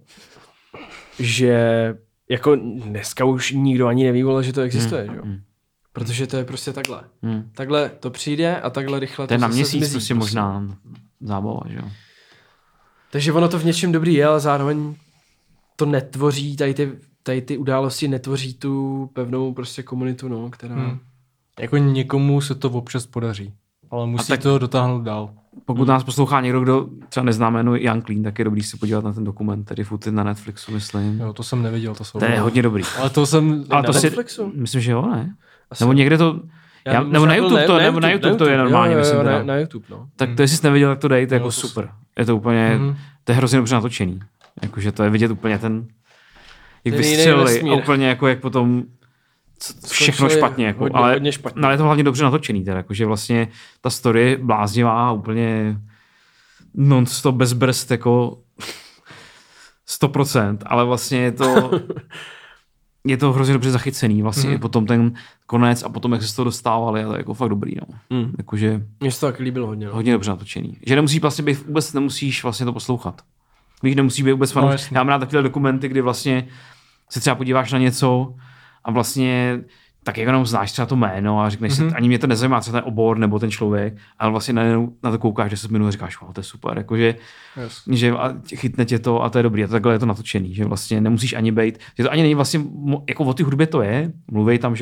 že jako dneska už nikdo ani neví, že to existuje, že jo? Protože to je prostě takhle. Takhle to přijde a takhle rychle to je na měsíc zmizí, prostě možná zábava, že jo. Takže ono to v něčem dobrý je, ale zároveň to netvoří, tady ty události netvoří tu pevnou prostě komunitu, no, která... Jako někomu se to občas podaří, ale musí to dotáhnout dál. Pokud nás poslouchá někdo, kdo třeba nezná jméno Young Lean, tak je dobrý se podívat na ten dokument, tedy Footed na Netflixu, myslím. Jo, to jsem neviděl, to je hodně dobrý. Ale to jsem... Ale to Netflixu? Myslím, že jo, ne? Nebo někde to... Nebo na YouTube na YouTube to je normálně, jo, myslím. Na YouTube, no. Tak to, jestli jsi neviděl, tak to dej, to je jako super. Je to úplně... To je hrozně dobře natočený. Jakože to je vidět úplně ten... Jak vystřelili a úplně jako jak potom... Všechno špatně, jako, hodně špatně. Ale je to hlavně dobře natočený, teda, jakože vlastně ta story je bláznivá, úplně non-stop bez brzd, jako 100%, ale vlastně je to hrozně dobře zachycený, vlastně i potom ten konec a potom, jak se z toho dostávali, a to je jako fakt dobrý, no. Jakože mně se to taky líbilo hodně. No. Hodně dobře natočený. Že nemusíš vlastně být, vůbec nemusíš vlastně to poslouchat. Víš, nemusí být vůbec fanoušek. Já mám rád takové dokumenty, kdy vlastně se třeba podíváš na něco a vlastně tak jenom znáš třeba to jméno a řekneš si, ani mě to nezajímá, třeba ten obor nebo ten člověk, ale vlastně na to koukáš 10 minut a říkáš, wow, to je super, jakože, že chytne tě to a to je dobrý, a takhle je to natočený, že vlastně nemusíš ani bejt, že to ani není vlastně, jako o té hudbě to je, mluví tam, že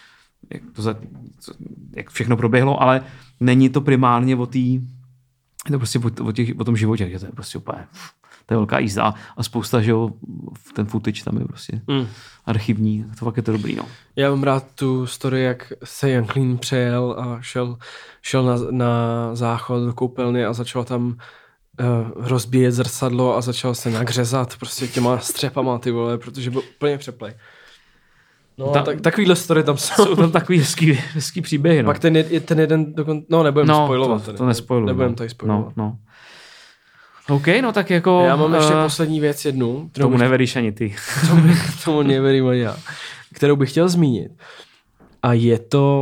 jak všechno proběhlo, ale není to primárně o té, je to prostě o tom životě, že to je prostě úplně, to je velká jízda a spousta, že jo, ten footage tam je prostě archivní, to fakt je to dobrý, no. Já mám rád tu story, jak se Young Lean přejel a šel na záchod do koupelny a začal tam rozbíjet zrcadlo a začal se nagřezat prostě těma střepama, ty vole, protože byl úplně přeplej. No, takovýhle story tam jsou. Jsou tam takový hezký příběhy, no. Pak ten jeden dokonce, no nebudem spoilovat. To nespoiluji. Nebudem tady spoilovat. No. OK, no tak jako... Já mám ještě poslední věc jednu. Tomu neveríš ani ty. Tomu neverím ani já. Kterou bych chtěl zmínit. A je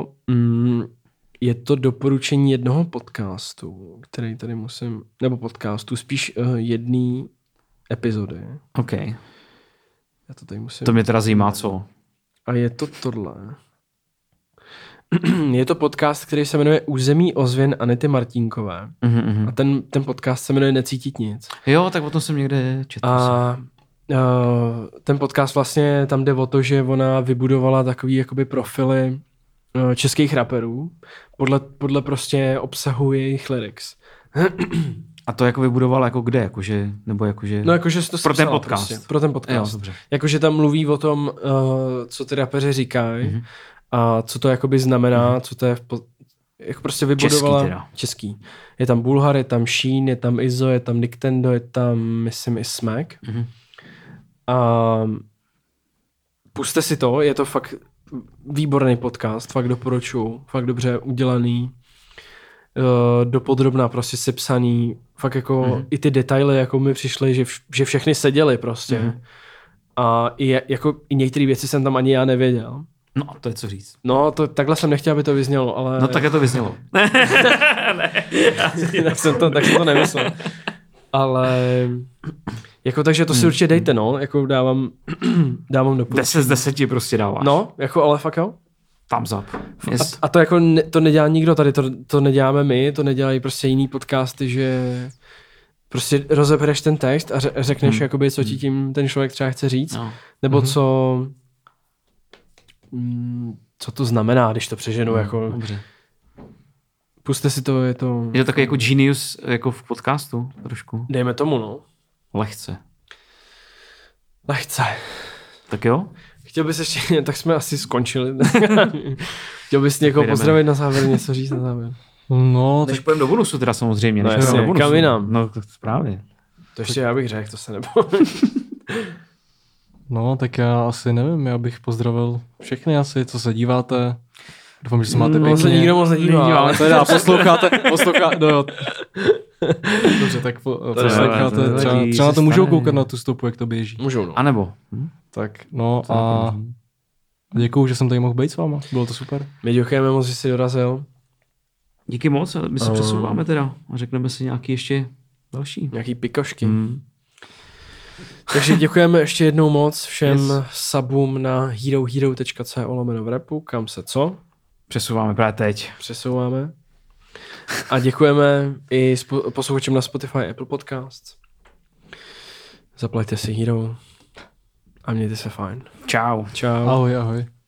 to doporučení jednoho podcastu, který tady musím... Nebo podcastu, spíš jedné epizody. OK. Já to tady musím... To mě teda zajímá, co? A je to tohle. Je to podcast, který se jmenuje Území ozvěn Anety Martínkové. A ten podcast se jmenuje Necítit nic. Jo, tak o tom jsem někde četl. A ten podcast vlastně tam jde o to, že ona vybudovala takový jakoby profily českých raperů podle prostě obsahu jejich lyrics. A to jako vybudovala jako kde? Jakože, nebo jakože... No jakože to pro ten podcast. Prostě, pro ten podcast. Jo, dobře. Jakože tam mluví o tom, co ty rapeři říkají a co to jakoby znamená, co to je jako prostě vybudovala. Český. Je tam Bulhar, je tam Sheen, je tam Izzo, je tam Nintendo, je tam, myslím, i Smack. A puste si to, je to fakt výborný podcast, fakt doporučuju, fakt dobře udělaný, dopodrobná prostě sepsaný, fakt jako i ty detaily jako mi přišly, že všechny seděly prostě. A jako i některé věci jsem tam ani já nevěděl. No, to je co říct. No, takhle jsem nechtěl, aby to vyznělo, ale... No, také to vyznělo. tak jsem to nemyslel. Ale jako takže to si určitě dejte, no, jako dávám doporučení. 10 z 10 prostě dáváš. No, jako ale fakt jo. Thumbs up. Yes. A to jako to nedělá nikdo tady, to neděláme my, to nedělají prostě jiný podcasty, že prostě rozebereš ten text a řekneš jakoby, co ti tím ten člověk třeba chce říct, nebo co to znamená, když to přeženu, jako... Dobře. Puste si to, je to... Je to takový jako genius jako v podcastu trošku. Dejme tomu, no. Lehce. Tak jo? Chtěl bys ještě, tak jsme asi skončili. Chtěl bys někoho pozdravit na závěr, něco říct na závěr. No, než půjdeme do bonusu teda samozřejmě. No jasně, kam jinam. No právě. To ještě já bych řekl, to se nebojím. No, tak já asi nevím, já bych pozdravil všechny asi, co se díváte. Doufám, že se máte pěkně. No, se nikdo moc nedívá. Ale teda posloucháte, no jo. Dobře, tak posloucháte, třeba na to můžou koukat na tu stopu, jak to běží. Můžou, no. A nebo. Tak, no a děkuju, že jsem tady mohl být s váma, bylo to super. My děkujeme moc, že jsi dorazil. Díky moc, my se přesouváme teda a řekneme si nějaký ještě další. Nějaký pikošky. Takže děkujeme ještě jednou moc všem subům na herohero.co/v, kam se co? Přesouváme právě teď. Přesouváme. A děkujeme i posluchačům na Spotify a Apple Podcast. Zaplaťte si Hero a mějte se fajn. Čau. Čau. Ahoj.